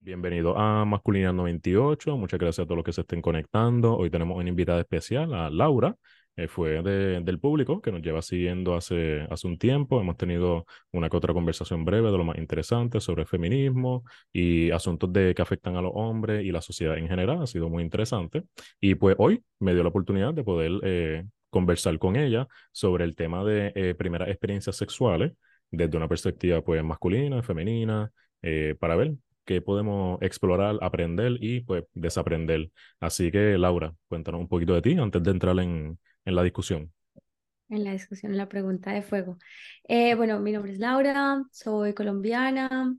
Bienvenido a Masculinidad 98. Muchas gracias a todos los que se estén conectando. Hoy tenemos una invitada especial, a Laura. Fue del público que nos lleva siguiendo hace un tiempo. Hemos tenido una que otra conversación breve de lo más interesante sobre el feminismo y asuntos que afectan a los hombres y la sociedad en general. Ha sido muy interesante. Y pues hoy me dio la oportunidad de poder conversar con ella sobre el tema de primeras experiencias sexuales desde una perspectiva pues masculina, femenina, para ver que podemos explorar, aprender y pues desaprender. Así que, Laura, cuéntanos un poquito de ti antes de entrar en la discusión. En la discusión, en la pregunta de fuego. Bueno, mi nombre es Laura, soy colombiana,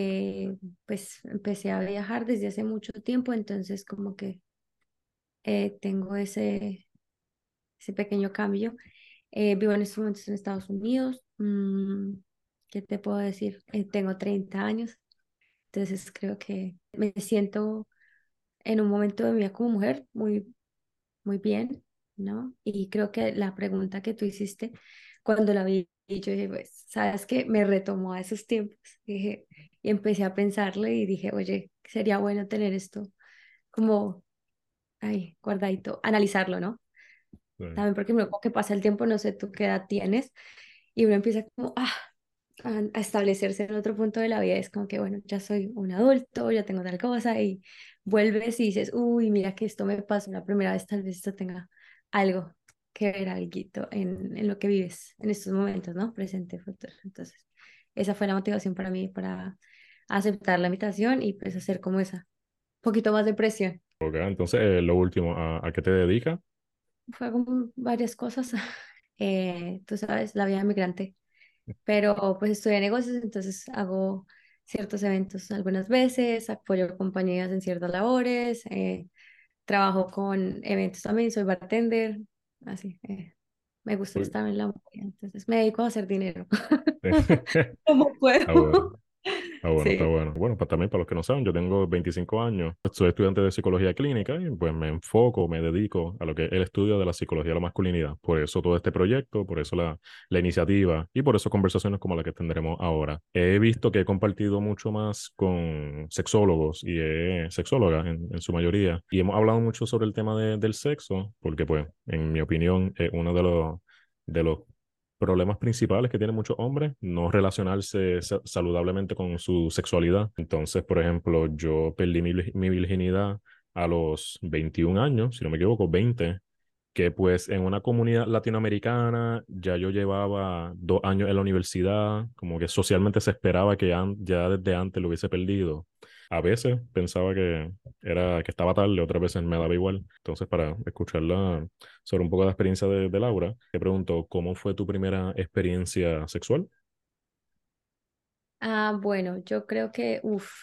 pues empecé a viajar desde hace mucho tiempo, entonces como que tengo ese pequeño cambio. Vivo en estos momentos en Estados Unidos. ¿Qué te puedo decir? Tengo 30 años, entonces creo que me siento en un momento de mi vida como mujer muy bien, ¿no? Y creo que la pregunta que tú hiciste cuando la vi, y yo dije, pues, ¿sabes qué? Me retomó a esos tiempos. Dije, y empecé a pensarle y dije, oye, sería bueno tener esto como ahí, guardadito, analizarlo, ¿no? Sí. También porque luego que pasa el tiempo, no sé tú qué edad tienes, y uno empieza como a establecerse en otro punto de la vida. Es como que, bueno, ya soy un adulto, ya tengo tal cosa, y vuelves y dices, uy, mira que esto me pasó la primera vez, tal vez esto tenga algo que ver, alguito en lo que vives en estos momentos, ¿no? Presente, futuro. Entonces, esa fue la motivación para mí, para aceptar la invitación y pues hacer como esa, un poquito más de presión. Ok, entonces, lo último, ¿a qué te dedicas? Fue como varias cosas. Tú sabes, la vida migrante, pero pues estudié negocios, entonces hago ciertos eventos algunas veces, apoyo compañías en ciertas labores, trabajo con eventos también, soy bartender, así, me gusta Uy. estar en la movida, entonces me dedico a hacer dinero. ¿Cómo Ah, bueno. puedo? Ah, bueno, está Sí. bueno. Bueno, pues también para los que no saben, yo tengo 25 años, soy estudiante de psicología clínica y pues me enfoco, me dedico a lo que es el estudio de la psicología de la masculinidad. Por eso todo este proyecto, por eso la iniciativa y por eso conversaciones como la que tendremos ahora. He visto que he compartido mucho más con sexólogos y sexólogas en su mayoría y hemos hablado mucho sobre el tema del sexo porque pues en mi opinión es uno de los problemas principales que tienen muchos hombres, no relacionarse saludablemente con su sexualidad. Entonces, por ejemplo, yo perdí mi virginidad a los 21 años, si no me equivoco, 20, que pues en una comunidad latinoamericana ya yo llevaba 2 años en la universidad, como que socialmente se esperaba que ya desde antes lo hubiese perdido. A veces pensaba que estaba tarde, otras veces me daba igual. Entonces, para escucharla sobre un poco de la experiencia de Laura, te pregunto, ¿cómo fue tu primera experiencia sexual? Bueno, yo creo que,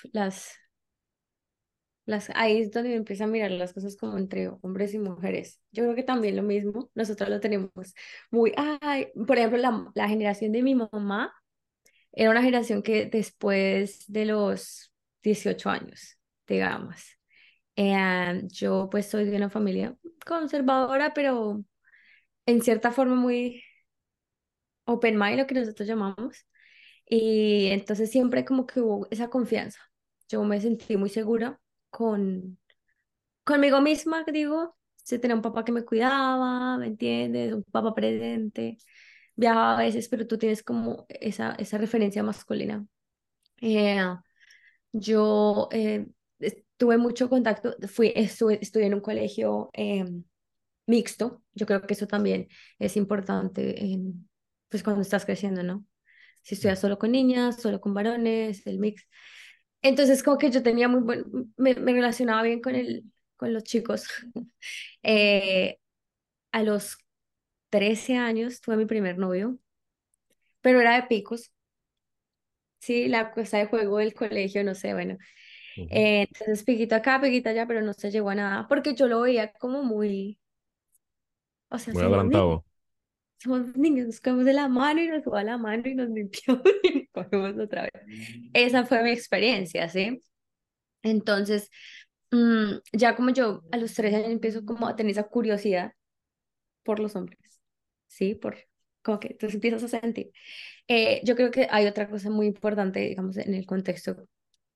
ahí es donde empieza a mirar las cosas como entre hombres y mujeres. Yo creo que también lo mismo, nosotros lo tenemos por ejemplo, la generación de mi mamá era una generación que después de los 18 años, digamos, yo pues soy de una familia conservadora, pero en cierta forma muy open mind, lo que nosotros llamamos, y entonces siempre como que hubo esa confianza. Yo me sentí muy segura con conmigo misma, digo, sí tenía un papá que me cuidaba, ¿me entiendes? Un papá presente. Viajaba a veces, pero tú tienes como esa referencia masculina. Eh, yo tuve mucho contacto, estuve en un colegio mixto. Yo creo que eso también es importante pues cuando estás creciendo, ¿no? Si estudias solo con niñas, solo con varones, el mix. Entonces, como que yo tenía me relacionaba bien con los chicos. Eh, a los 13 años tuve mi primer novio, pero era de picos, sí, la cosa de juego del colegio, no sé, bueno. Ujú. Entonces, piquito acá, piquito allá, pero no se llegó a nada, porque yo lo veía como muy, o sea, Muy adelantado. somos niños, nos cogemos de la mano y nos suba la mano y nos limpiamos y nos cogemos otra vez. Esa fue mi experiencia, ¿sí? Entonces, ya como yo a los 13 años empiezo como a tener esa curiosidad por los hombres, ¿sí? Como que entonces empiezas a sentir. Yo creo que hay otra cosa muy importante, digamos, en el contexto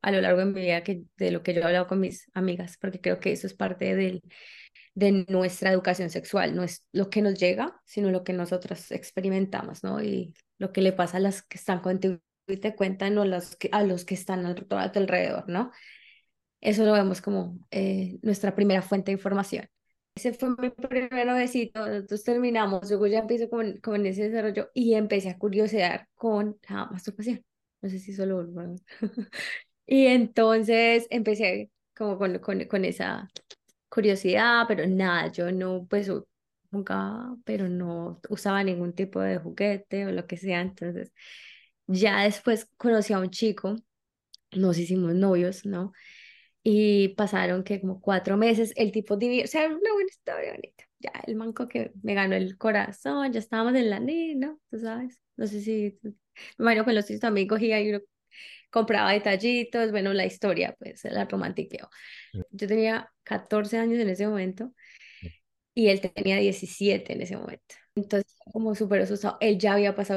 a lo largo de mi vida de lo que yo he hablado con mis amigas, porque creo que eso es parte de nuestra educación sexual, no es lo que nos llega, sino lo que nosotros experimentamos, ¿no? Y lo que le pasa a las que están contigo y te cuentan o a los que están a tu alrededor, ¿no? Eso lo vemos como nuestra primera fuente de información. Ese fue mi primer besito, nosotros terminamos, luego ya empiezo con ese desarrollo y empecé a curiosear con la masturbación. No sé si solo bueno. Y entonces empecé como con esa curiosidad, pero nada, yo no, pues nunca, pero no usaba ningún tipo de juguete o lo que sea. Entonces ya después conocí a un chico, nos hicimos novios, ¿no? Y pasaron que como 4 meses, el tipo divino, o sea, una buena historia bonita. Ya el manco que me ganó el corazón, ya estábamos en la ¿no? Tú sabes, no sé si, me imagino que los tuyos también cogía y uno compraba detallitos, bueno, la historia, pues la romantiqueo. Yo tenía 14 años en ese momento y él tenía 17 en ese momento. Entonces, como súper asustado, él ya había pasado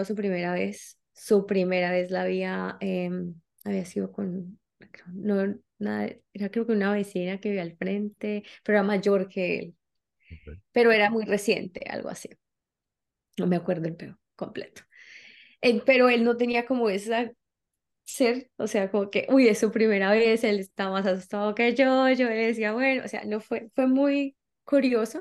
su primera vez había sido con, no, nada, era creo que una vecina que vivía al frente, pero era mayor que él, Ok. pero era muy reciente, algo así. No me acuerdo el peo completo. Pero él no tenía como esa o sea, como que, uy, es su primera vez, él está más asustado que yo le decía, bueno, o sea, no fue muy curioso.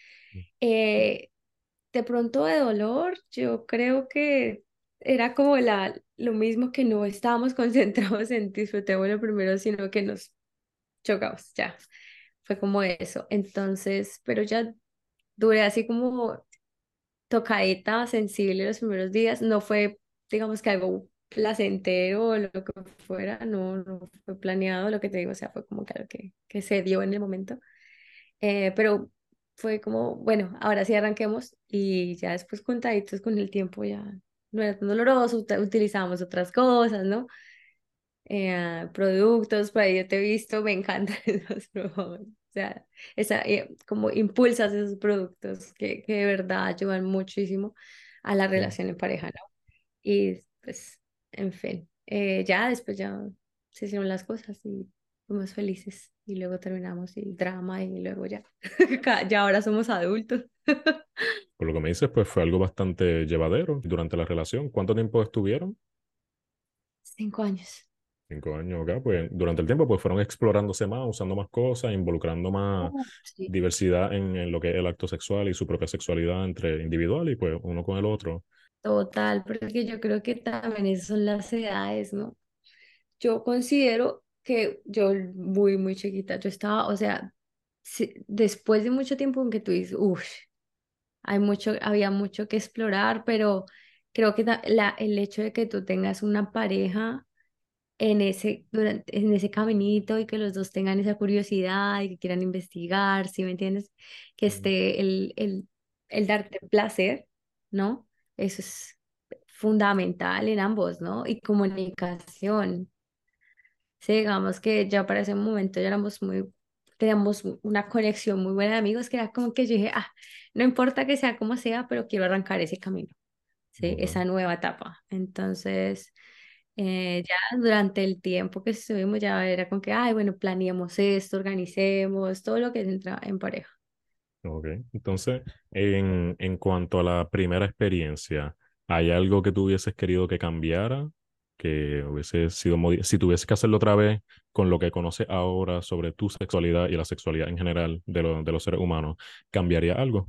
Eh, de pronto de dolor, yo creo que era como lo mismo que no estábamos concentrados en disfrutemos lo primero, sino que nos chocamos, ya, fue como eso. Entonces, pero ya duré así como tocadita, sensible los primeros días, no fue, digamos que algo placentero o lo que fuera, no fue planeado, lo que te digo, o sea, fue como que algo que se dio en el momento. Pero fue como, bueno, ahora sí arranquemos y ya después contaditos con el tiempo ya no era tan doloroso, utilizamos otras cosas, ¿no? Productos, por ahí yo te he visto, me encantan esos productos. O sea, como impulsas esos productos que de verdad ayudan muchísimo a la Sí. relación en pareja, ¿no? Y pues, en fin, ya después ya se hicieron las cosas y fuimos felices y luego terminamos y drama y luego ya, ya ahora somos adultos. Por lo que me dices, pues fue algo bastante llevadero durante la relación. ¿Cuánto tiempo estuvieron? 5 años. 5 años acá. Pues durante el tiempo, pues fueron explorándose más, usando más cosas, involucrando más Sí. diversidad en lo que es el acto sexual y su propia sexualidad entre individual y pues uno con el otro. Total, porque yo creo que también esas son las edades, ¿no? Yo considero que yo muy chiquita, yo estaba, o sea, después de mucho tiempo en que tú dices, uff, había mucho que explorar, pero creo que el hecho de que tú tengas una pareja en ese caminito y que los dos tengan esa curiosidad y que quieran investigar, ¿sí me entiendes? Que Mm. esté el darte placer, ¿no? Eso es fundamental en ambos, ¿no? Y comunicación. Sí, digamos que ya para ese momento ya teníamos una conexión muy buena de amigos, que era como que yo dije, no importa que sea como sea, pero quiero arrancar ese camino, ¿sí? Ok. Esa nueva etapa. Entonces, ya durante el tiempo que estuvimos, ya era como que, ay, bueno, planeemos esto, organicemos, todo lo que entra en pareja. Ok. Entonces, en cuanto a la primera experiencia, ¿hay algo que tú hubieses querido que cambiara? Que hubiese sido, si tuvieses que hacerlo otra vez con lo que conoces ahora sobre tu sexualidad y la sexualidad en general de los seres humanos, ¿cambiaría algo?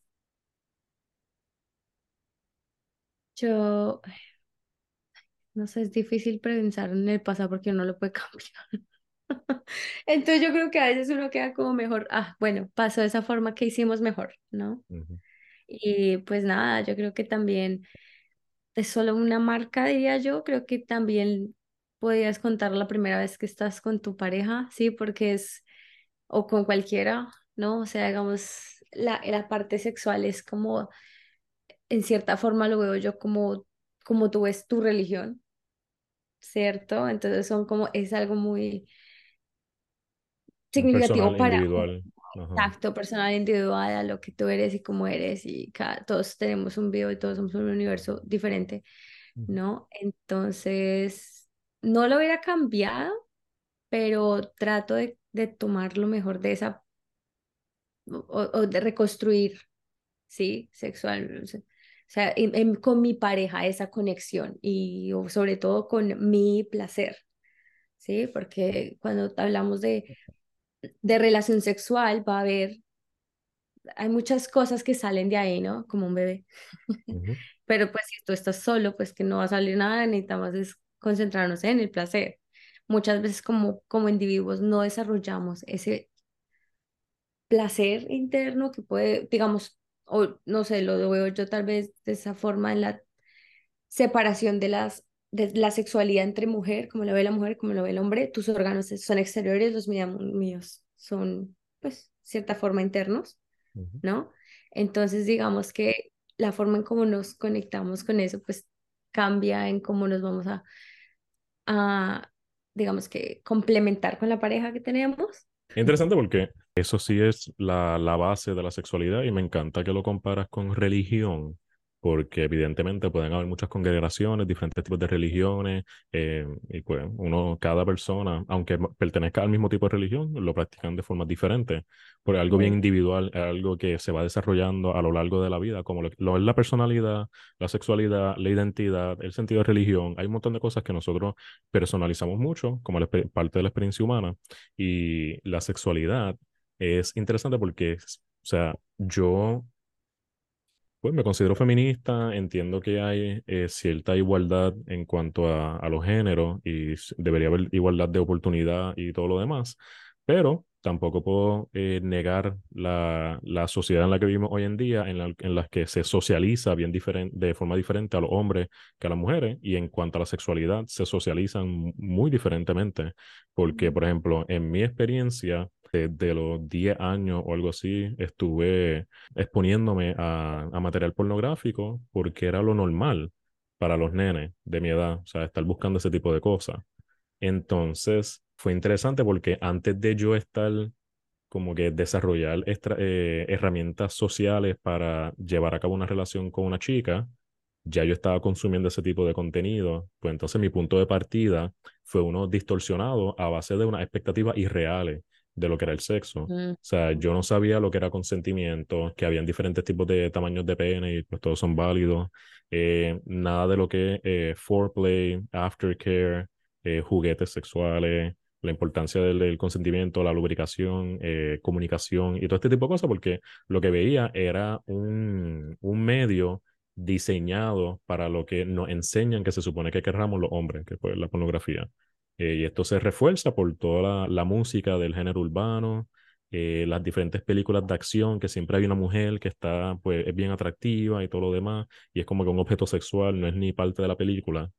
Yo, no sé, es difícil pensar en el pasado porque uno lo puede cambiar. Entonces yo creo que a veces uno queda como mejor, bueno, pasó de esa forma que hicimos mejor, ¿no? Ujú. Y pues nada, yo creo que también es solo una marca, diría yo, creo que también podías contar la primera vez que estás con tu pareja, sí, porque o con cualquiera, ¿no? O sea, digamos, la parte sexual es como, en cierta forma lo veo yo como tú ves tu religión, ¿cierto? Entonces es algo muy Un significativo personal para individual. Ajá. tacto personal individual a lo que tú eres y cómo eres y todos tenemos un bio y todos somos un universo diferente, Ujú. ¿no? Entonces, no lo hubiera cambiado, pero trato de tomar lo mejor de esa o de reconstruir, ¿sí? Sexual. O sea, con mi pareja esa conexión y sobre todo con mi placer, ¿sí? Porque cuando hablamos de relación sexual va a haber, hay muchas cosas que salen de ahí, ¿no? Como un bebé. Ujú, Pero pues si tú estás solo, pues que no va a salir nada, necesitamos es concentrarnos en el placer. Muchas veces como individuos no desarrollamos ese placer interno que puede, digamos, o no sé, lo veo yo tal vez de esa forma en la separación de la sexualidad entre mujer, como lo ve la mujer, como lo ve el hombre. Tus órganos son exteriores, los míos son, pues, cierta forma internos, ujú. ¿no? Entonces, digamos que la forma en cómo nos conectamos con eso, pues, cambia en cómo nos vamos a digamos que, complementar con la pareja que tenemos. Interesante porque eso sí es la base de la sexualidad y me encanta que lo comparas con religión, porque evidentemente pueden haber muchas congregaciones, diferentes tipos de religiones, y pues cada persona, aunque pertenezca al mismo tipo de religión, lo practican de formas diferentes, por algo bien Sí. individual, es algo que se va desarrollando a lo largo de la vida, como lo es la personalidad, la sexualidad, la identidad, el sentido de religión. Hay un montón de cosas que nosotros personalizamos mucho, como parte de la experiencia humana y la sexualidad es interesante porque, o sea, yo pues me considero feminista, entiendo que hay cierta igualdad en cuanto a los géneros y debería haber igualdad de oportunidad y todo lo demás, pero tampoco puedo negar la sociedad en la que vivimos hoy en día, en la que se socializa de forma diferente a los hombres que a las mujeres y en cuanto a la sexualidad se socializan muy diferentemente, porque, Mm. por ejemplo, en mi experiencia, desde los 10 años o algo así, estuve exponiéndome a material pornográfico porque era lo normal para los nenes de mi edad, o sea, estar buscando ese tipo de cosas. Entonces, fue interesante porque antes de yo estar como que desarrollar herramientas sociales para llevar a cabo una relación con una chica, ya yo estaba consumiendo ese tipo de contenido, pues entonces mi punto de partida fue uno distorsionado a base de unas expectativas irreales de lo que era el sexo. O Mm. sea, yo no sabía lo que era consentimiento, que habían diferentes tipos de tamaños de pene y pues todos son válidos. Nada de lo que es foreplay, aftercare, juguetes sexuales, la importancia del consentimiento, la lubricación, comunicación y todo este tipo de cosas, porque lo que veía era un medio diseñado para lo que nos enseñan que se supone que querramos los hombres, que pues la pornografía. Y esto se refuerza por toda la música del género urbano, las diferentes películas de acción, que siempre hay una mujer que está, pues, es bien atractiva y todo lo demás, y es como que un objeto sexual, no es ni parte de la película.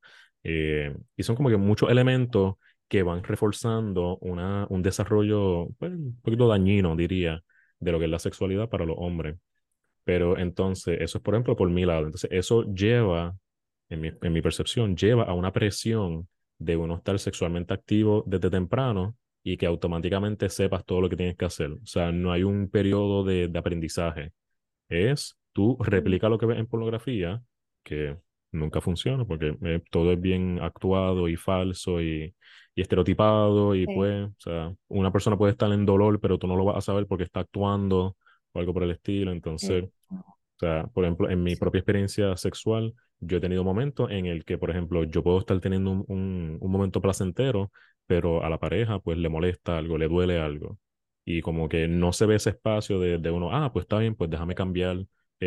Y son como que muchos elementos que van reforzando un desarrollo, pues, un poquito dañino, diría, de lo que es la sexualidad para los hombres. Pero entonces, eso es, por ejemplo, por mi lado. Entonces, eso lleva, en mi percepción, lleva a una presión de uno estar sexualmente activo desde temprano y que automáticamente sepas todo lo que tienes que hacer. O sea, no hay un periodo de aprendizaje. Es tú Mm. replica lo que ves en pornografía, que nunca funciona porque todo es bien actuado y falso y estereotipado y Sí, pues, o sea, una persona puede estar en dolor, pero tú no lo vas a saber porque está actuando o algo por el estilo. sí, Entonces, o sea, por ejemplo, en mi sí. propia experiencia sexual, yo he tenido momentos en el que, por ejemplo, yo puedo estar teniendo un momento placentero, pero a la pareja pues le molesta algo, le duele algo. Y como que no se ve ese espacio de uno, pues está bien, pues déjame cambiar,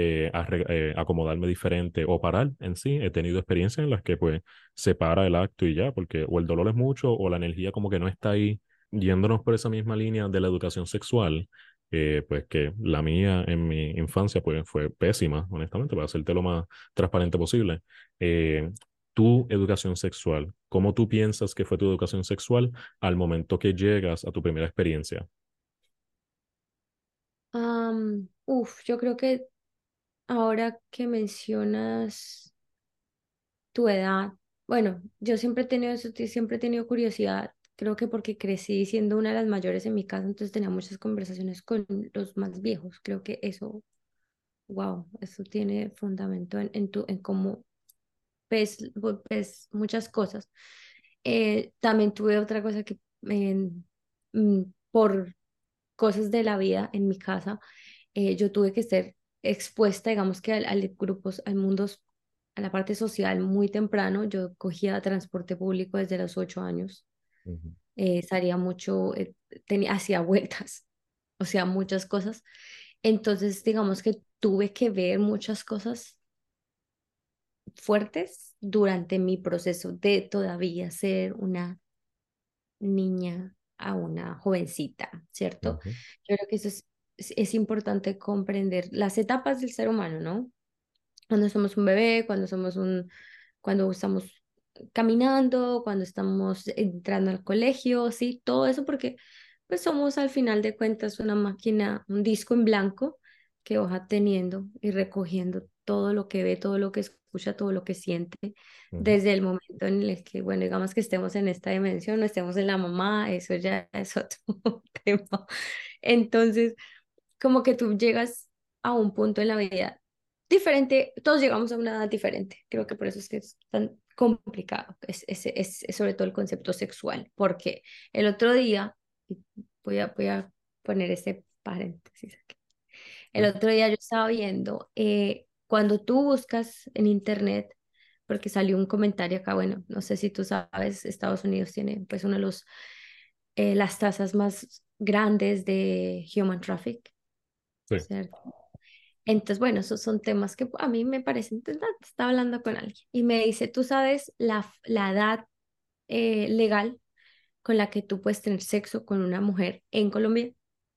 acomodarme diferente o parar en sí. He tenido experiencias en las que pues se para el acto y ya, porque o el dolor es mucho o la energía como que no está ahí, yéndonos por esa misma línea de la educación sexual, pues que la mía en mi infancia pues fue pésima, honestamente, para hacerte lo más transparente posible. Eh, Tu educación sexual, ¿cómo tú piensas que fue tu educación sexual al momento que llegas a tu primera experiencia? Yo creo que ahora que mencionas tu edad, bueno, yo siempre he tenido eso, siempre he tenido curiosidad, creo que porque crecí siendo una de las mayores en mi casa, entonces tenía muchas conversaciones con los más viejos, creo que eso, wow, eso tiene fundamento en cómo ves muchas cosas. También tuve otra cosa que por cosas de la vida en mi casa, yo tuve que ser expuesta, digamos que al grupos, al mundo, a la parte social muy temprano. Yo cogía transporte público desde los 8 años. Ujú, Salía mucho, hacía vueltas, o sea, muchas cosas. Entonces, digamos que tuve que ver muchas cosas fuertes durante mi proceso de todavía ser una niña a una jovencita, ¿cierto? ujú. Yo creo que eso es importante comprender las etapas del ser humano, ¿no? Cuando somos un bebé, cuando estamos caminando, cuando estamos entrando al colegio, sí, todo eso porque pues somos al final de cuentas una máquina, un disco en blanco que va teniendo y recogiendo todo lo que ve, todo lo que escucha, todo lo que siente, Ujú, desde el momento en el que, bueno, digamos que estemos en esta dimensión o estemos en la mamá, eso ya es otro tema. Entonces, como que tú llegas a un punto en la vida diferente, todos llegamos a una edad diferente. Creo que por eso es que es tan complicado, es sobre todo el concepto sexual, porque el otro día, y voy a poner ese paréntesis aquí, el sí, otro día yo estaba viendo, cuando tú buscas en internet, porque salió un comentario acá, bueno, no sé si tú sabes, Estados Unidos tiene pues uno de los, las tasas más grandes de human traffic, sí, ¿cierto? Entonces, bueno, esos son temas que a mí me parecen interesantes. Estaba hablando con alguien y me dice, ¿tú sabes la edad legal con la que tú puedes tener sexo con una mujer en Colombia?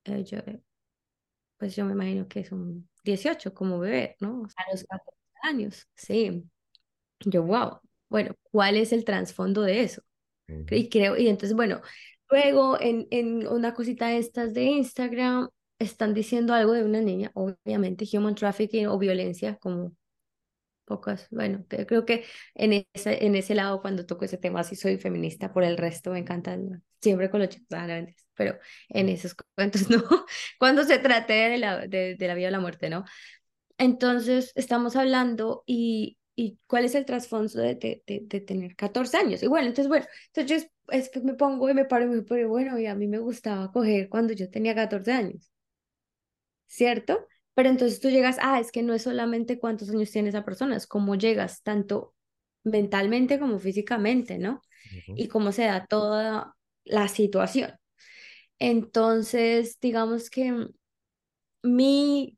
Pues yo me imagino que son 18 como bebé, ¿no? A los 14 años, sí. Yo, wow. Bueno, ¿cuál es el trasfondo de eso? ujú, Y creo, y entonces, bueno, luego en una cosita de estas de Instagram están diciendo algo de una niña, obviamente, human trafficking o violencia, como pocas. Bueno, creo que en ese lado, cuando toco ese tema, sí soy feminista, por el resto me encantan, siempre con los chicos, no mentiras, pero en esos cuentos no, cuando se trate de la vida o la muerte, ¿no? Entonces, estamos hablando y cuál es el trasfondo de tener 14 años. Y bueno, entonces es que me pongo y me paro y me digo, pero bueno, y a mí me gustaba coger cuando yo tenía 14 años, ¿cierto? Pero entonces tú llegas, es que no es solamente cuántos años tiene esa persona, es cómo llegas, tanto mentalmente como físicamente, ¿no? ujú, Y cómo se da toda la situación. Entonces, digamos que mi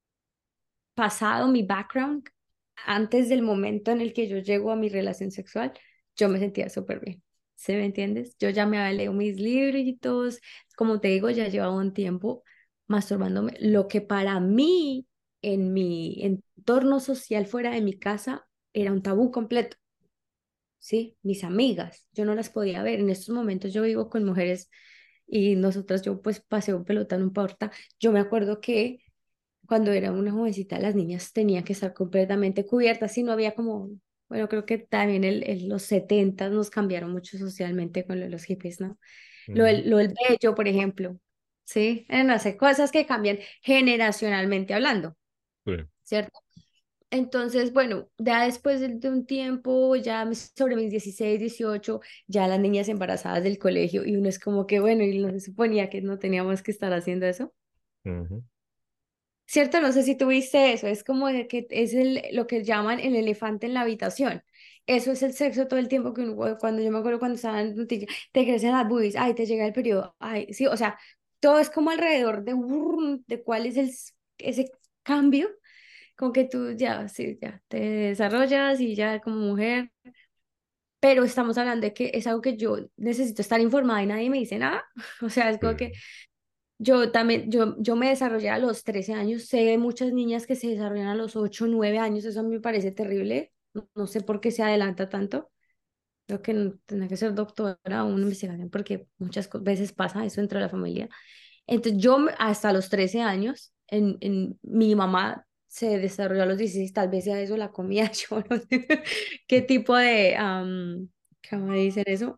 pasado, mi background, antes del momento en el que yo llego a mi relación sexual, yo me sentía súper bien. ¿Sí me entiendes? Yo ya me había leído mis libritos, como te digo, ya llevaba un tiempo masturbándome, lo que para mí, en mi entorno social fuera de mi casa, era un tabú completo. ¿Sí? Mis amigas, yo no las podía ver. En estos momentos yo vivo con mujeres y nosotras, yo pues paseo pelota, no importa. Yo me acuerdo que cuando era una jovencita, las niñas tenían que estar completamente cubiertas y no había como, bueno, creo que también los 70 nos cambiaron mucho socialmente con lo de los hippies, ¿no? ujú, Lo del vello, por ejemplo, ¿sí? No sé, cosas que cambian generacionalmente hablando, sí, ¿cierto? Entonces, bueno, ya después de un tiempo, ya sobre mis 16 18 ya las niñas embarazadas del colegio y uno es como que, bueno, y no se suponía que no teníamos que estar haciendo eso. ujú, ¿Cierto? No sé si tuviste eso, es como de que es lo que llaman el elefante en la habitación. Eso es el sexo todo el tiempo que cuando yo me acuerdo cuando estaba en noticias, te crecen las boobies, ay, te llega el periodo, ay, sí, o sea, todo es como alrededor de cuál es ese cambio con que tú ya, sí, ya te desarrollas y ya como mujer, pero estamos hablando de que es algo que yo necesito estar informada y nadie me dice nada, o sea, es sí, como que yo también, yo me desarrollé a los 13 años, sé de muchas niñas que se desarrollan a los 8 9 años, eso a mí me parece terrible, no sé por qué se adelanta tanto, creo que tendrá que ser doctora o una investigación porque muchas veces pasa eso dentro de la familia. Entonces hasta los 13 años, mi mamá se desarrolló a los 16 tal vez sea eso la comida, yo no sé qué tipo de, ¿cómo dicen eso?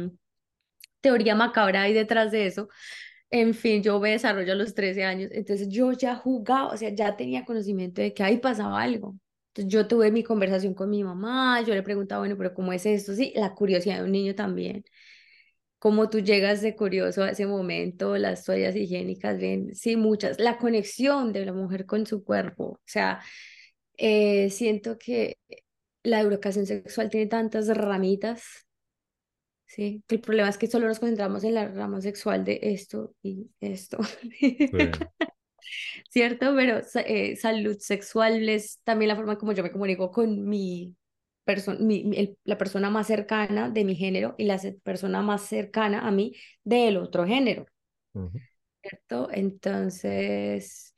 Teoría macabra hay detrás de eso. En fin, yo me desarrollo a los 13 años, entonces yo ya jugaba, o sea, ya tenía conocimiento de que ahí pasaba algo. Entonces yo tuve mi conversación con mi mamá, yo le preguntaba, bueno, pero ¿cómo es esto? Sí, la curiosidad de un niño también. cómo tú llegas de curioso a ese momento, las toallas higiénicas, bien, sí, muchas, la conexión de la mujer con su cuerpo, o sea, siento que la educación sexual tiene tantas ramitas, sí, que el problema es que solo nos concentramos en la rama sexual de esto y esto. Sí. ¿Cierto? Pero salud sexual es también la forma como yo me comunico con mi persona, la persona más cercana de mi género y la persona más cercana a mí del otro género, Ujú. ¿cierto? Entonces,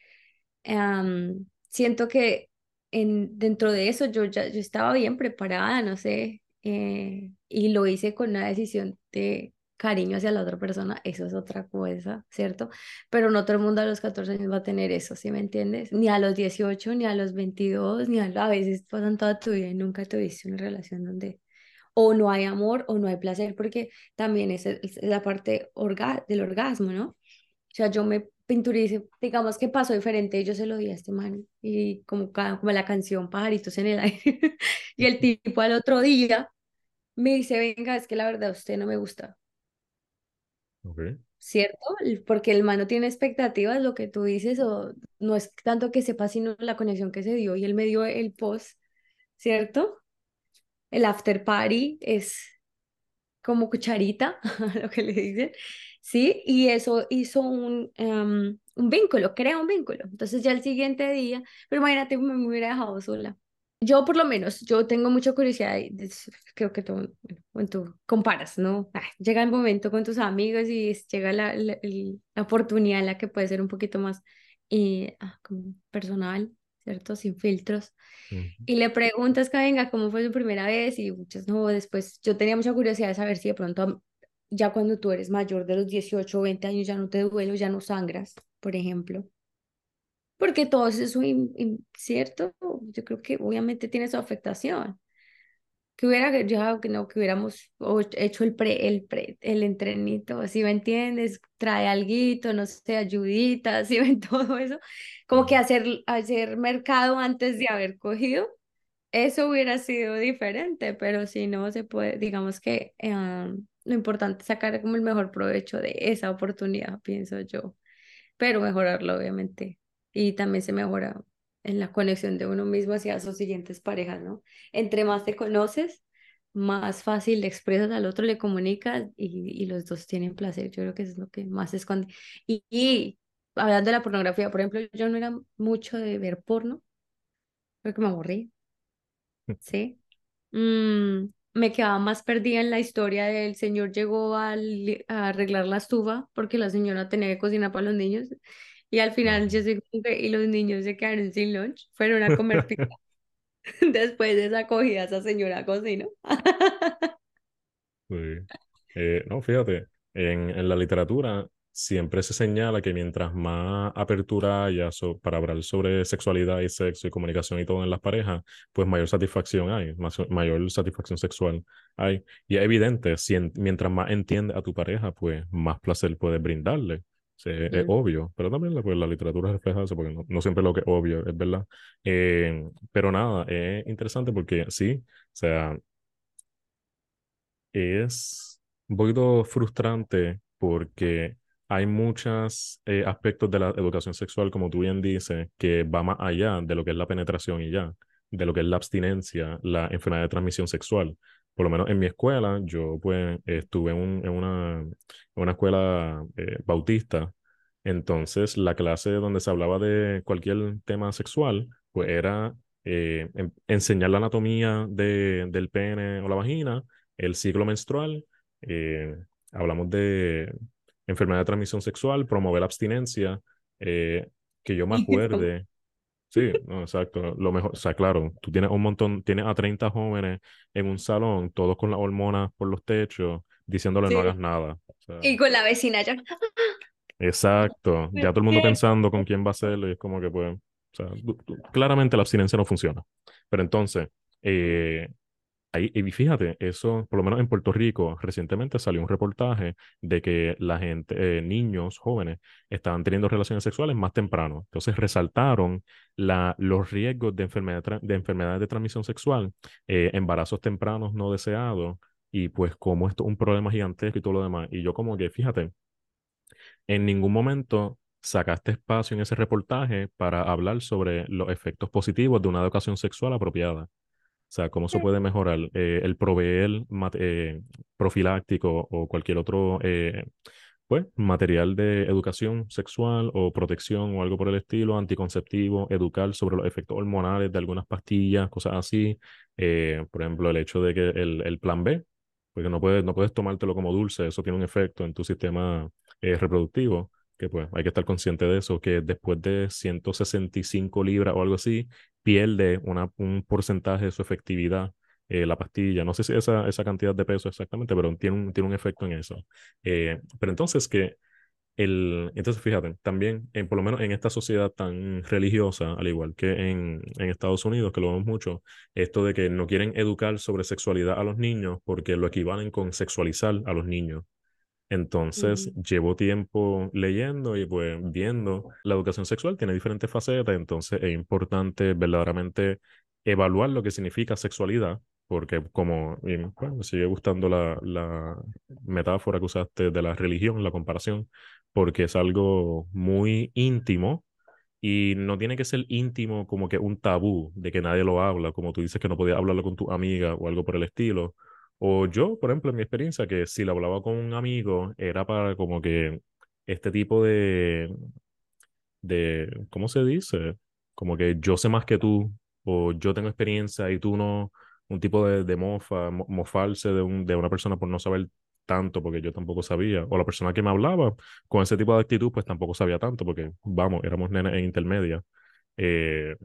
siento que dentro de eso yo estaba bien preparada, no sé, y lo hice con una decisión de cariño hacia la otra persona, eso es otra cosa, ¿cierto? Pero no todo el mundo a los 14 años va a tener eso, ¿sí me entiendes? Ni a los 18 ni a los 22 a veces pasan toda tu vida y nunca tuviste una relación donde o no hay amor o no hay placer, porque también es la parte del orgasmo, ¿no? O sea, yo me pinturice, digamos que pasó diferente, yo se lo di a este man y como la canción Pajaritos en el aire. Y el tipo al otro día me dice, venga, es que la verdad usted no me gusta, Ok. ¿cierto? Porque el man no tiene expectativas, lo que tú dices, o no es tanto que sepa, sino la conexión que se dio y él me dio el post, ¿cierto? El after party es como cucharita, lo que le dicen, ¿sí? Y eso hizo un vínculo, crea un vínculo. Entonces ya el siguiente día, pero imagínate, me hubiera dejado sola. Yo por lo menos, yo tengo mucha curiosidad, y creo que tú, bueno, cuando tú comparas, ¿no? Llega el momento con tus amigos y llega la oportunidad en la que puede ser un poquito más como personal, ¿cierto? Sin filtros Ujú. y le preguntas que venga cómo fue su primera vez y muchas no, después yo tenía mucha curiosidad de saber si de pronto ya cuando tú eres mayor de los 18 o 20 años ya no te duele, o ya no sangras, por ejemplo. Porque todo eso es cierto, yo creo que obviamente tiene su afectación. Que hubiera ya que no que hubiéramos hecho el entrenito, ¿si me entiendes? Trae alguito, no sé, ayudita, ¿si ven todo eso? Como que hacer mercado antes de haber cogido eso hubiera sido diferente, pero si no se puede, digamos que lo importante es sacar como el mejor provecho de esa oportunidad, pienso yo, pero mejorarlo obviamente. Y también se mejora en la conexión de uno mismo hacia sus siguientes parejas, ¿no? Entre más te conoces, más fácil le expresas al otro, le comunicas y los dos tienen placer. Yo creo que eso es lo que más se esconde. Y hablando de la pornografía, por ejemplo, yo no era mucho de ver porno, porque me aburrí, ¿sí? Me quedaba más perdida en la historia del señor llegó a arreglar la estufa porque la señora tenía que cocinar para los niños y al final yo Ajá. soy como y los niños se quedaron sin lunch, fueron a comer pizza después de esa acogida esa señora cocinó. Sí. No, fíjate, en la literatura siempre se señala que mientras más apertura haya para hablar sobre sexualidad y sexo y comunicación y todo en las parejas, pues mayor satisfacción hay, mayor satisfacción sexual hay. Y es evidente, mientras más entiendes a tu pareja, pues más placer puedes brindarle. Sí, es Mm. obvio, pero también pues, la literatura refleja eso, porque no siempre lo que es obvio es verdad. Pero nada, es interesante porque sí, o sea, es un poquito frustrante porque hay muchos aspectos de la educación sexual, como tú bien dices, que va más allá de lo que es la penetración y ya, de lo que es la abstinencia, la enfermedad de transmisión sexual. Por lo menos en mi escuela, yo pues estuve en una escuela bautista, entonces la clase donde se hablaba de cualquier tema sexual, pues era enseñar la anatomía del pene o la vagina, el ciclo menstrual, eh, hablamos de enfermedad de transmisión sexual, promover la abstinencia, eh, que yo me Y es como, acuerde. Sí, no, exacto. Lo mejor, o sea, claro, tú tienes un montón, tienes a 30 jóvenes en un salón, todos con las hormonas por los techos, diciéndole no hagas sí. nada. O sea, Y con la vecina ya. exacto. Ya todo el mundo pensando con quién va a hacerlo y es como que, pues, o sea, claramente la abstinencia no funciona. Pero entonces, eh, y fíjate, eso, por lo menos en Puerto Rico, recientemente salió un reportaje de que la gente, niños, jóvenes, estaban teniendo relaciones sexuales más temprano. Entonces resaltaron los riesgos de enfermedades de transmisión sexual, embarazos tempranos no deseados, y pues como esto es un problema gigantesco y todo lo demás. Y yo como que, fíjate, en ningún momento sacaste espacio en ese reportaje para hablar sobre los efectos positivos de una educación sexual apropiada. O sea, cómo se puede mejorar el proveer profiláctico o cualquier otro pues, material de educación sexual o protección o algo por el estilo, anticonceptivo, educar sobre los efectos hormonales de algunas pastillas, cosas así. Por ejemplo, el hecho de que el plan B, porque no puedes tomártelo como dulce, eso tiene un efecto en tu sistema reproductivo, que pues hay que estar consciente de eso, que después de 165 libras o algo así, pierde un porcentaje de su efectividad la pastilla. No sé si esa cantidad de peso exactamente, pero tiene un efecto en eso. Pero entonces entonces fíjate, también, por lo menos en esta sociedad tan religiosa, al igual que en Estados Unidos, que lo vemos mucho, esto de que no quieren educar sobre sexualidad a los niños porque lo equivalen con sexualizar a los niños. Entonces, Mm. llevo tiempo leyendo y pues viendo la educación sexual, tiene diferentes facetas, entonces es importante verdaderamente evaluar lo que significa sexualidad, porque como, y, bueno, me sigue gustando la metáfora que usaste de la religión, la comparación, porque es algo muy íntimo y no tiene que ser íntimo como que un tabú de que nadie lo habla, como tú dices que no podías hablarlo con tu amiga o algo por el estilo. O yo, por ejemplo, en mi experiencia, que si lo hablaba con un amigo era para como que este tipo ¿cómo se dice? Como que yo sé más que tú o yo tengo experiencia y tú no, un tipo de mofarse de una persona por no saber tanto porque yo tampoco sabía, o la persona que me hablaba con ese tipo de actitud pues tampoco sabía tanto porque, vamos, éramos nenes en intermedia. Eh,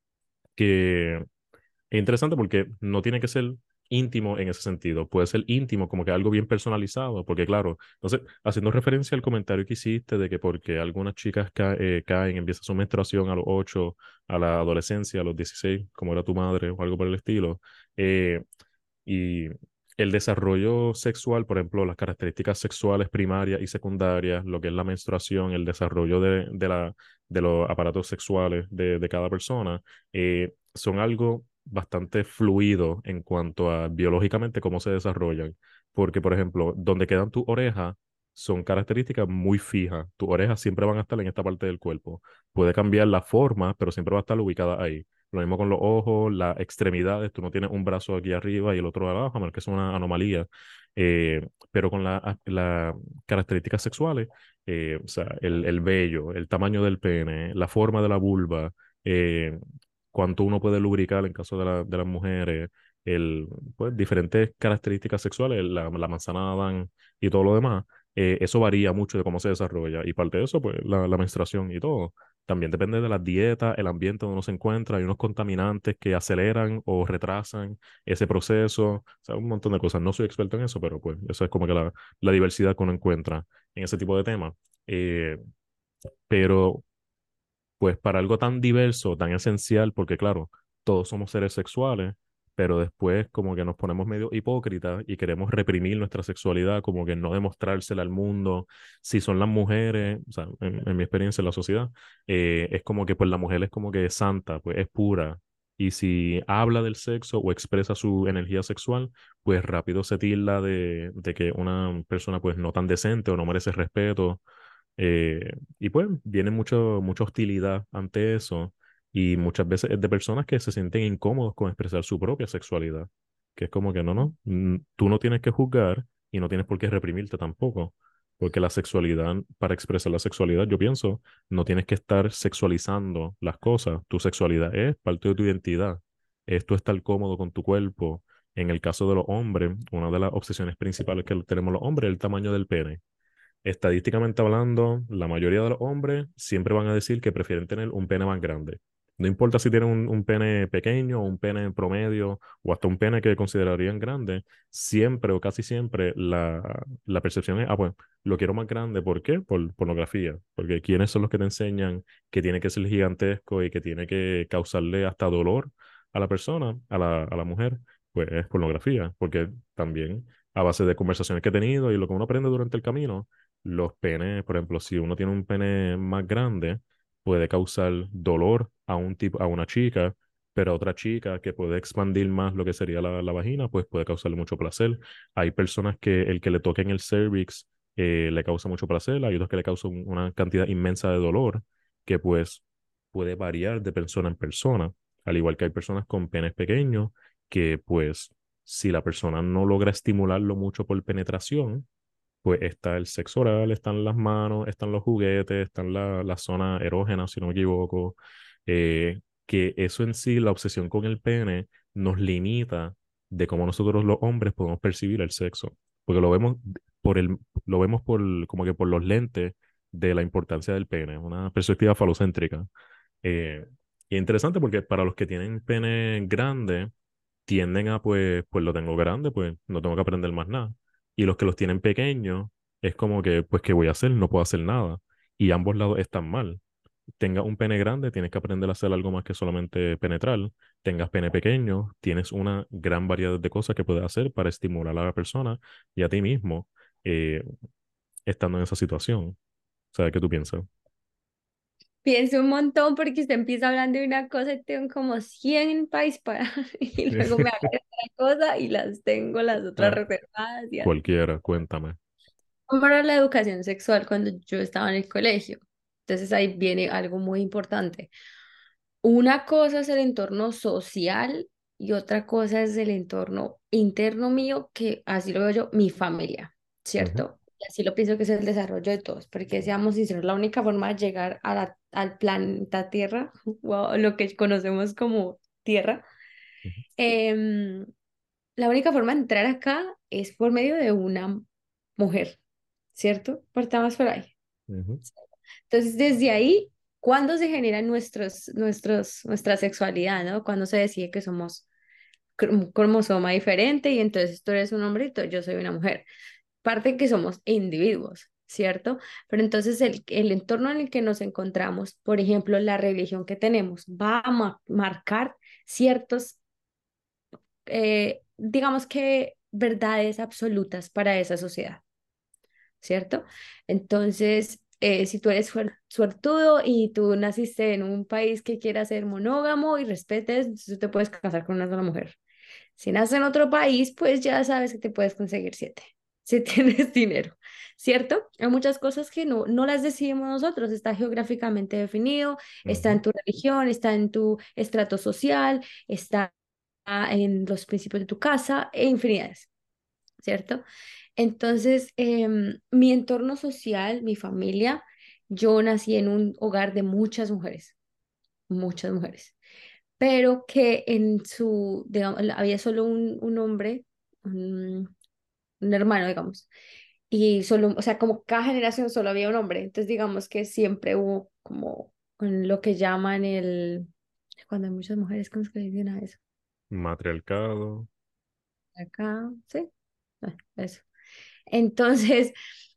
que es interesante porque no tiene que ser íntimo en ese sentido, puede ser íntimo como que algo bien personalizado, porque claro, entonces, haciendo referencia al comentario que hiciste de que porque algunas chicas caen, empieza su menstruación a los 8, a la adolescencia, a los 16, como era tu madre o algo por el estilo, eh, y el desarrollo sexual, por ejemplo, las características sexuales primarias y secundarias, lo que es la menstruación, el desarrollo de los aparatos sexuales de cada persona, son algo bastante fluido en cuanto a biológicamente cómo se desarrollan. Porque, por ejemplo, donde quedan tus orejas son características muy fijas. Tus orejas siempre van a estar en esta parte del cuerpo. Puede cambiar la forma, pero siempre va a estar ubicada ahí. Lo mismo con los ojos, las extremidades. Tú no tienes un brazo aquí arriba y el otro abajo, a menos que es una anomalía. Pero con las características sexuales, o sea, el vello, el tamaño del pene, la forma de la vulva, eh, cuánto uno puede lubricar en caso de las mujeres, pues, diferentes características sexuales, la manzana de Adán y todo lo demás. Eso varía mucho de cómo se desarrolla. Y parte de eso, pues la menstruación y todo. También depende de las dietas, el ambiente donde uno se encuentra. Hay unos contaminantes que aceleran o retrasan ese proceso. O sea, un montón de cosas. No soy experto en eso, pero pues eso es como que la diversidad que uno encuentra en ese tipo de temas. Eh, pero pues para algo tan diverso, tan esencial, porque claro, todos somos seres sexuales, pero después como que nos ponemos medio hipócritas y queremos reprimir nuestra sexualidad, como que no demostrársela al mundo. Si son las mujeres, o sea, en mi experiencia en la sociedad, es como que pues la mujer es como que es santa, pues es pura. Y si habla del sexo o expresa su energía sexual, pues rápido se tilda de que una persona pues no tan decente o no merece respeto y pues viene mucha hostilidad ante eso y muchas veces es de personas que se sienten incómodos con expresar su propia sexualidad, que es como que tú no tienes que juzgar y no tienes por qué reprimirte tampoco, porque la sexualidad, para expresar la sexualidad, yo pienso, no tienes que estar sexualizando las cosas, tu sexualidad es parte de tu identidad, es tú estar cómodo con tu cuerpo. En el caso de los hombres, una de las obsesiones principales que tenemos los hombres es el tamaño del pene. Estadísticamente hablando, la mayoría de los hombres siempre van a decir que prefieren tener un pene más grande. No importa si tienen un pene pequeño o un pene promedio o hasta un pene que considerarían grande, siempre o casi siempre la percepción es, pues lo quiero más grande. ¿Por qué? Por pornografía. Porque ¿quiénes son los que te enseñan que tiene que ser gigantesco y que tiene que causarle hasta dolor a la persona, a la mujer? Pues es pornografía. Porque también a base de conversaciones que he tenido y lo que uno aprende durante el camino, los penes, por ejemplo, si uno tiene un pene más grande, puede causar dolor a un tipo, a una chica, pero a otra chica que puede expandir más lo que sería la vagina, pues puede causarle mucho placer. Hay personas que el que le toquen el cervix le causa mucho placer, hay otros que le causan una cantidad inmensa de dolor, que pues puede variar de persona en persona, al igual que hay personas con penes pequeños que pues si la persona no logra estimularlo mucho por penetración, pues está el sexo oral, están las manos, están los juguetes, están la zona erógena, si no me equivoco, que eso en sí, la obsesión con el pene, nos limita de cómo nosotros los hombres podemos percibir el sexo, porque por el, lo vemos como que por los lentes de la importancia del pene, una perspectiva falocéntrica. Eh, y es interesante porque para los que tienen pene grande, tienden a, pues lo tengo grande, pues no tengo que aprender más nada. Y los que los tienen pequeños, es como que, pues, ¿qué voy a hacer? No puedo hacer nada. Y ambos lados están mal. Tengas un pene grande, tienes que aprender a hacer algo más que solamente penetrar. Tengas pene pequeño, tienes una gran variedad de cosas que puedes hacer para estimular a la persona y a ti mismo eh, estando en esa situación. ¿Sabes qué tú piensas? Pienso un montón porque usted empieza hablando de una cosa y tengo como 100 país para y luego me habla de otra cosa y las tengo las otras Ah, reservadas y así. cualquiera, cuéntame. Para la educación sexual cuando yo estaba en el colegio. Entonces ahí viene algo muy importante. Una cosa es el entorno social y otra cosa es el entorno interno mío, que así lo veo yo, mi familia, Ujú, ¿cierto? Y así lo pienso que es el desarrollo de todos, porque seamos sinceros, la única forma de llegar a al planeta Tierra, o lo que conocemos como Tierra, ujú, em, la única forma de entrar acá es por medio de una mujer, ¿cierto? Partamos por ahí. ujú, Entonces, desde ahí, ¿cuándo se genera nuestra sexualidad, ¿no? Cuando se decide que somos un cromosoma diferente y entonces tú eres un hombre y yo soy una mujer. Parte que somos individuos, ¿cierto? Pero entonces el entorno en el que nos encontramos, por ejemplo, la religión que tenemos, va a marcar ciertos, digamos que, verdades absolutas para esa sociedad. ¿Cierto? Entonces, si tú eres suertudo y tú naciste en un país que quiera ser monógamo y respetes, entonces tú te puedes casar con una sola mujer. Si naces en otro país, pues ya sabes que te puedes conseguir siete, si tienes dinero, ¿cierto? Hay muchas cosas que no las decidimos nosotros, está geográficamente definido, está ujú. en tu religión, está en tu estrato social, está en los principios de tu casa, e infinidades. ¿Cierto? Entonces, mi entorno social, mi familia, yo nací en un hogar de muchas mujeres, pero que en su, digamos, había solo un hombre, un hermano, digamos, y solo, o sea, como cada generación solo había un hombre, entonces digamos que siempre hubo como en lo que llaman cuando hay muchas mujeres, ¿cómo es que le dicen a eso? Matriarcado. Acá, sí, eso. Entonces,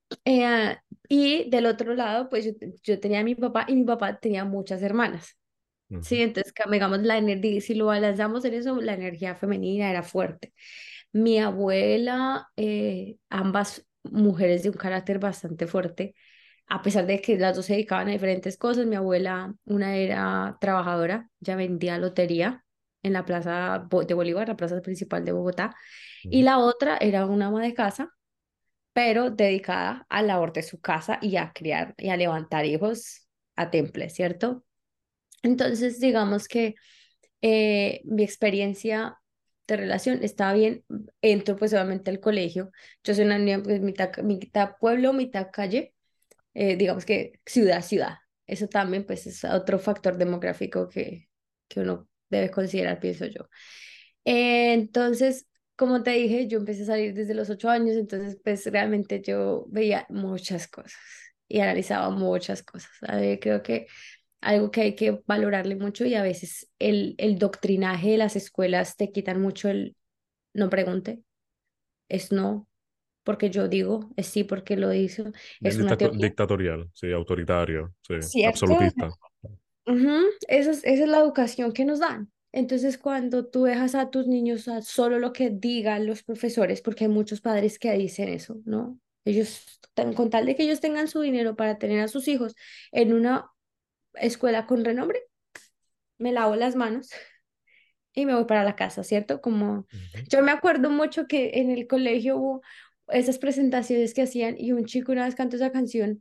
y del otro lado, pues yo tenía a mi papá y mi papá tenía muchas hermanas. Ujú, Sí, entonces, digamos, la energía, si lo balanzamos en eso, la energía femenina era fuerte. Mi abuela, ambas mujeres de un carácter bastante fuerte, a pesar de que las dos se dedicaban a diferentes cosas, mi abuela, una era trabajadora, ya vendía lotería en la plaza de Bolívar, la plaza principal de Bogotá, y ujú. la otra era una ama de casa pero dedicada a la labor de su casa y a criar y a levantar hijos a temple, ¿cierto? Entonces, digamos que mi experiencia de relación estaba bien. Entro pues obviamente al colegio. Yo soy una niña pues mitad pueblo, mitad calle, digamos que ciudad. Eso también pues es otro factor demográfico que uno debe considerar, pienso yo. Entonces, como te dije, yo empecé a salir desde los 8 años, entonces pues realmente yo veía muchas cosas y analizaba muchas cosas. Creo que algo que hay que valorarle mucho y a veces el doctrinaje de las escuelas te quitan mucho el no pregunte, es no, porque yo digo, es sí, porque lo hizo, es una teoría. Dictatorial, sí, autoritario, sí, ¿Cierto? absolutista. Ujú, esa es la educación que nos dan. Entonces, cuando tú dejas a tus niños a solo lo que digan los profesores, porque hay muchos padres que dicen eso, ¿no? Ellos, con tal de que ellos tengan su dinero para tener a sus hijos en una escuela con renombre, me lavo las manos. y me voy para la casa, ¿cierto? Como Ujú, yo me acuerdo mucho que en el colegio hubo esas presentaciones que hacían y un chico una vez cantó esa canción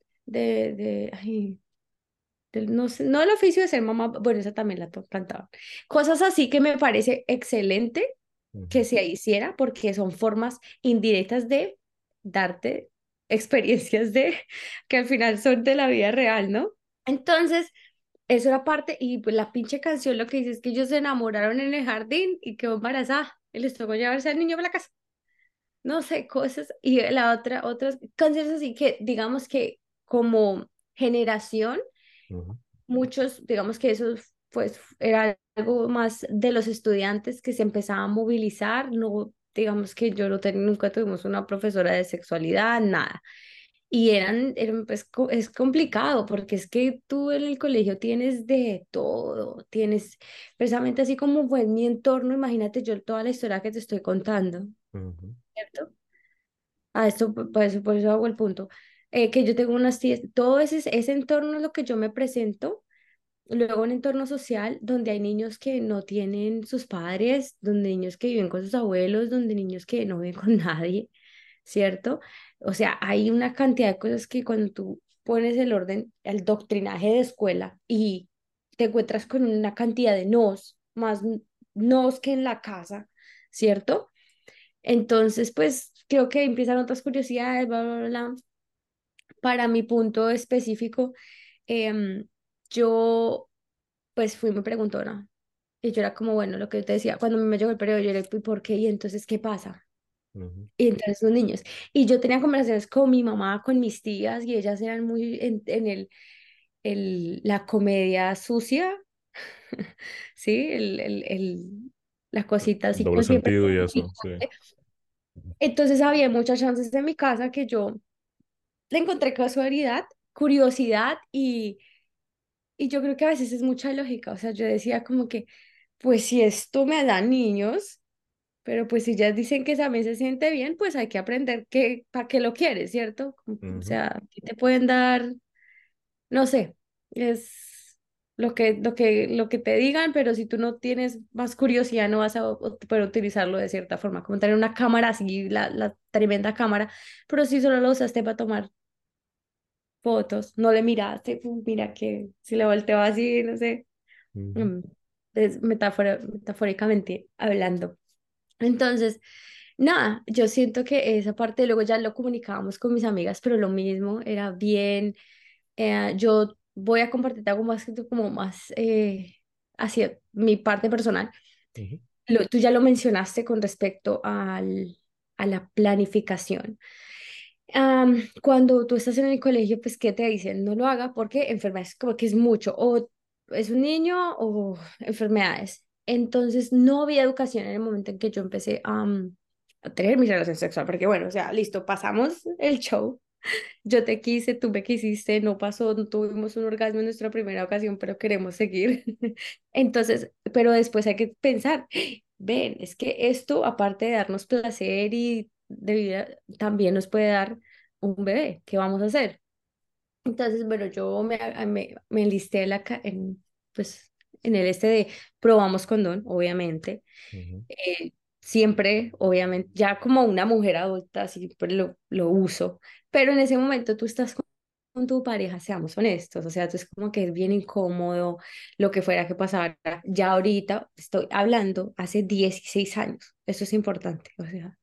ay, no sé, no el oficio de ser mamá, bueno, esa también la cantaba. Cosas así que me parece excelente ujú, que se hiciera porque son formas indirectas de darte experiencias de que al final son de la vida real, ¿no? Entonces, eso era parte, y pues la pinche canción lo que dice es que ellos se enamoraron en el jardín y quedó embarazada y les tocó llevarse al niño a la casa. No sé, cosas, y la otra, otras canciones así que digamos que como generación ujú, muchos, digamos que eso pues era algo más de los estudiantes que se empezaban a movilizar, no, digamos que yo no nunca tuvimos una profesora de sexualidad, nada. Y eran pues, es complicado porque es que tú en el colegio tienes de todo, tienes precisamente así como fue en mi entorno, imagínate yo toda la historia que te estoy contando, ujú, ¿cierto? A esto, por eso hago el punto, que yo tengo unas tías, todo ese entorno es lo que yo me presento. Luego un entorno social donde hay niños que no tienen sus padres, donde niños que viven con sus abuelos, donde niños que no viven con nadie, ¿cierto? O sea, hay una cantidad de cosas que cuando tú pones el orden, el doctrinaje de escuela y te encuentras con una cantidad de nos, más nos que en la casa, ¿cierto? Entonces, pues creo que empiezan otras curiosidades, bla, bla, bla, bla. Para mi punto específico, em, yo pues fui muy preguntona. Y yo era como, bueno, lo que yo te decía, cuando me llegó el periodo, yo era, ¿y por qué? ¿Y entonces qué pasa? ujú, Y entonces los niños. Y yo tenía conversaciones con mi mamá, con mis tías, y ellas eran muy en la comedia sucia, ¿sí? La cosita el así, doble como siempre. sentido y eso, sí. Entonces había muchas chances en mi casa que yo le encontré casualidad, curiosidad y yo creo que a veces es mucha lógica. O sea, yo decía como que, pues si esto me da niños. Pero pues si ya dicen que también se siente bien, pues hay que aprender que, para qué lo quieres, ¿cierto? O Ujú, sea, que te pueden dar, no sé, es lo que te digan, pero si tú no tienes más curiosidad, no vas a poder utilizarlo de cierta forma, como tener una cámara así, la tremenda cámara, pero si solo lo usaste para tomar fotos, no le miraste, mira que si le volteo así, no sé, ujú, mm, es metafóricamente hablando. Entonces, nada, yo siento que esa parte luego ya lo comunicábamos con mis amigas, pero lo mismo era bien. Yo voy a compartirte algo más que tú, como más hacia mi parte personal. ujú, Tú ya lo mencionaste con respecto a la planificación. Cuando tú estás en el colegio, pues, ¿qué te dicen? No lo haga porque enfermedades, como que es mucho, o es un niño o enfermedades. Entonces, no había educación en el momento en que yo empecé a tener mi relación sexual, porque bueno, o sea, listo, pasamos el show, yo te quise, tú me quisiste, no pasó, no tuvimos un orgasmo en nuestra primera ocasión, pero queremos seguir. Entonces, pero después hay que pensar, ven, es que esto, aparte de darnos placer y de vida, también nos puede dar un bebé. ¿Qué vamos a hacer? Entonces, bueno, yo me enlisté pues, en el este de probamos condón, obviamente. ujú, Siempre, obviamente, ya como una mujer adulta, siempre lo uso, pero en ese momento tú estás con tu pareja, seamos honestos, o sea, tú es como que es bien incómodo lo que fuera que pasara. Ya ahorita estoy hablando hace 16 años, eso es importante, o sea,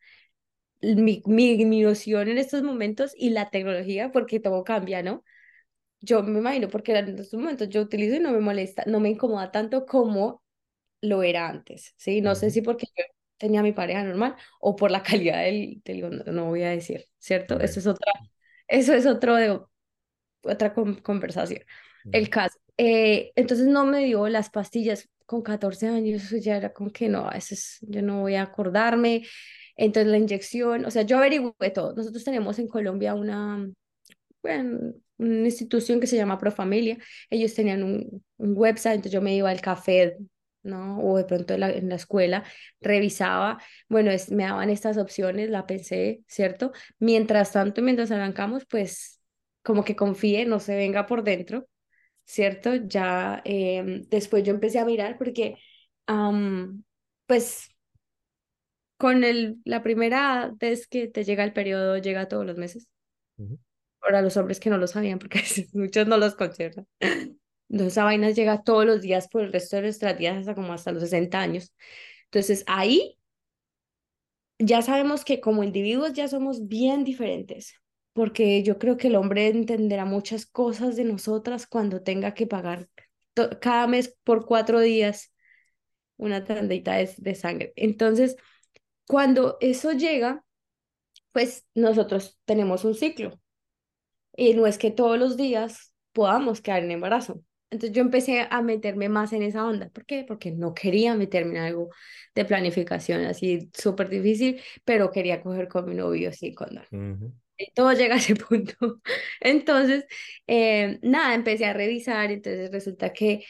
mi noción en estos momentos y la tecnología, porque todo cambia, ¿no? Yo me imagino, porque en estos momentos yo utilizo y no me molesta, no me incomoda tanto como lo era antes, ¿sí? No sé ujú, si porque yo tenía a mi pareja normal o por la calidad no, no voy a decir, ¿cierto? ok, Eso es otro de otra conversación. ujú, El caso. Entonces no me dio las pastillas con 14 años, eso ya era como que no, yo no voy a acordarme. Entonces la inyección, o sea, yo averigüé todo. Nosotros tenemos en Colombia bueno, una institución que se llama Profamilia. Ellos tenían un website, entonces yo me iba al café, ¿no? O de pronto en la escuela, revisaba, bueno, me daban estas opciones, la pensé, ¿cierto? Mientras tanto, mientras arrancamos, pues como que confíe, no se venga por dentro, ¿cierto? Ya después yo empecé a mirar porque Am, pues con la primera vez que te llega el periodo, llega todos los meses. Ujú. Para los hombres que no lo sabían, porque muchos no los conservan. No, esa vaina llega todos los días por el resto de nuestras vidas, hasta como hasta los 60 años. Entonces ahí ya sabemos que como individuos ya somos bien diferentes, porque yo creo que el hombre entenderá muchas cosas de nosotras cuando tenga que pagar cada mes por 4 días una tandita de sangre. Entonces, cuando eso llega, pues nosotros tenemos un ciclo y no es que todos los días podamos quedar en embarazo. Entonces yo empecé a meterme más en esa onda. ¿Por qué? Porque no quería meterme en algo de planificación así súper difícil, pero quería coger con mi novio así con Ujú. todo llega a ese punto. Entonces, nada, empecé a revisar, entonces resulta que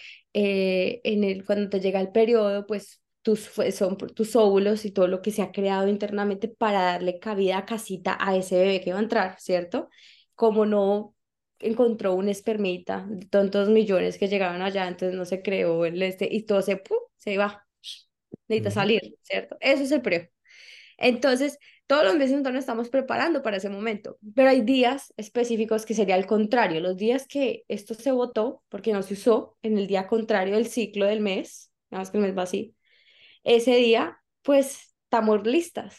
cuando te llega el periodo, pues son tus óvulos y todo lo que se ha creado internamente para darle cabida a casita a ese bebé que va a entrar, ¿cierto? Como no encontró un espermita de tantos millones que llegaban allá, entonces no se creó y todo ¡pum! Se va, necesita Ujú. salir, ¿cierto? Eso es el periodo. Entonces, todos los meses nosotros nos estamos preparando para ese momento, pero hay días específicos que sería al contrario, los días que esto se votó, porque no se usó en el día contrario del ciclo del mes, nada más que el mes va así, ese día, pues estamos listas.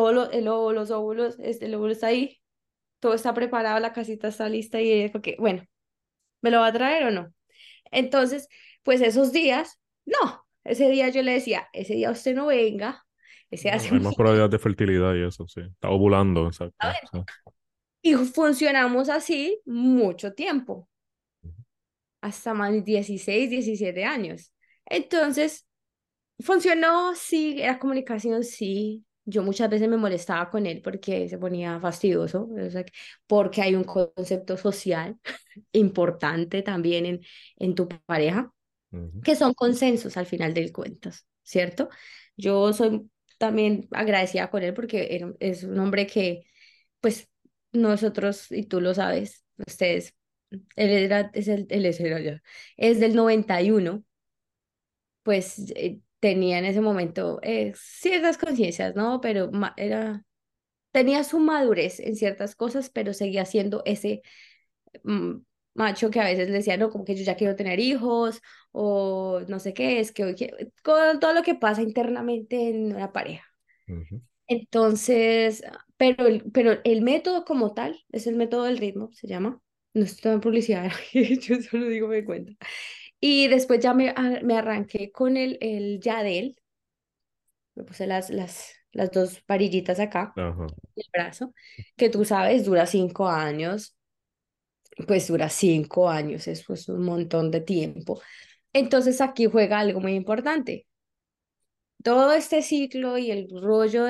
Los óvulos, el óvulo está ahí, todo está preparado, la casita está lista y ella, porque, bueno, ¿me lo va a traer o no? Entonces, pues esos días, no, ese día yo le decía, ese día usted no venga, ese día Hay más probabilidad de fertilidad y eso, sí. Está ovulando, exacto. Sí. y funcionamos así mucho tiempo, Ujú. hasta más de 16, 17 años. Entonces, funcionó, sí, era comunicación, sí. Yo muchas veces me molestaba con él porque se ponía fastidioso, o sea, porque hay un concepto social importante también en tu pareja, Ujú. que son consensos al final del cuentas, ¿cierto? Yo soy también agradecida con él porque es un hombre que, pues, nosotros, y tú lo sabes, ustedes, él era ya, es del 91, pues tenía en ese momento ciertas conciencias, ¿no? Pero tenía su madurez en ciertas cosas, pero seguía siendo ese mm, macho que a veces le decía, no, como que yo ya quiero tener hijos, o no sé qué, es que con todo lo que pasa internamente en una pareja. Ujú. Entonces, pero el método como tal es el método del ritmo, se llama. No estoy en publicidad, yo solo digo me cuenta. Y después ya me arranqué con el Yadel, me puse las dos varillitas acá, Ajá. en el brazo, que tú sabes, dura 5 años, pues dura 5 años, eso es un montón de tiempo. Entonces aquí juega algo muy importante. Todo este ciclo y el rollo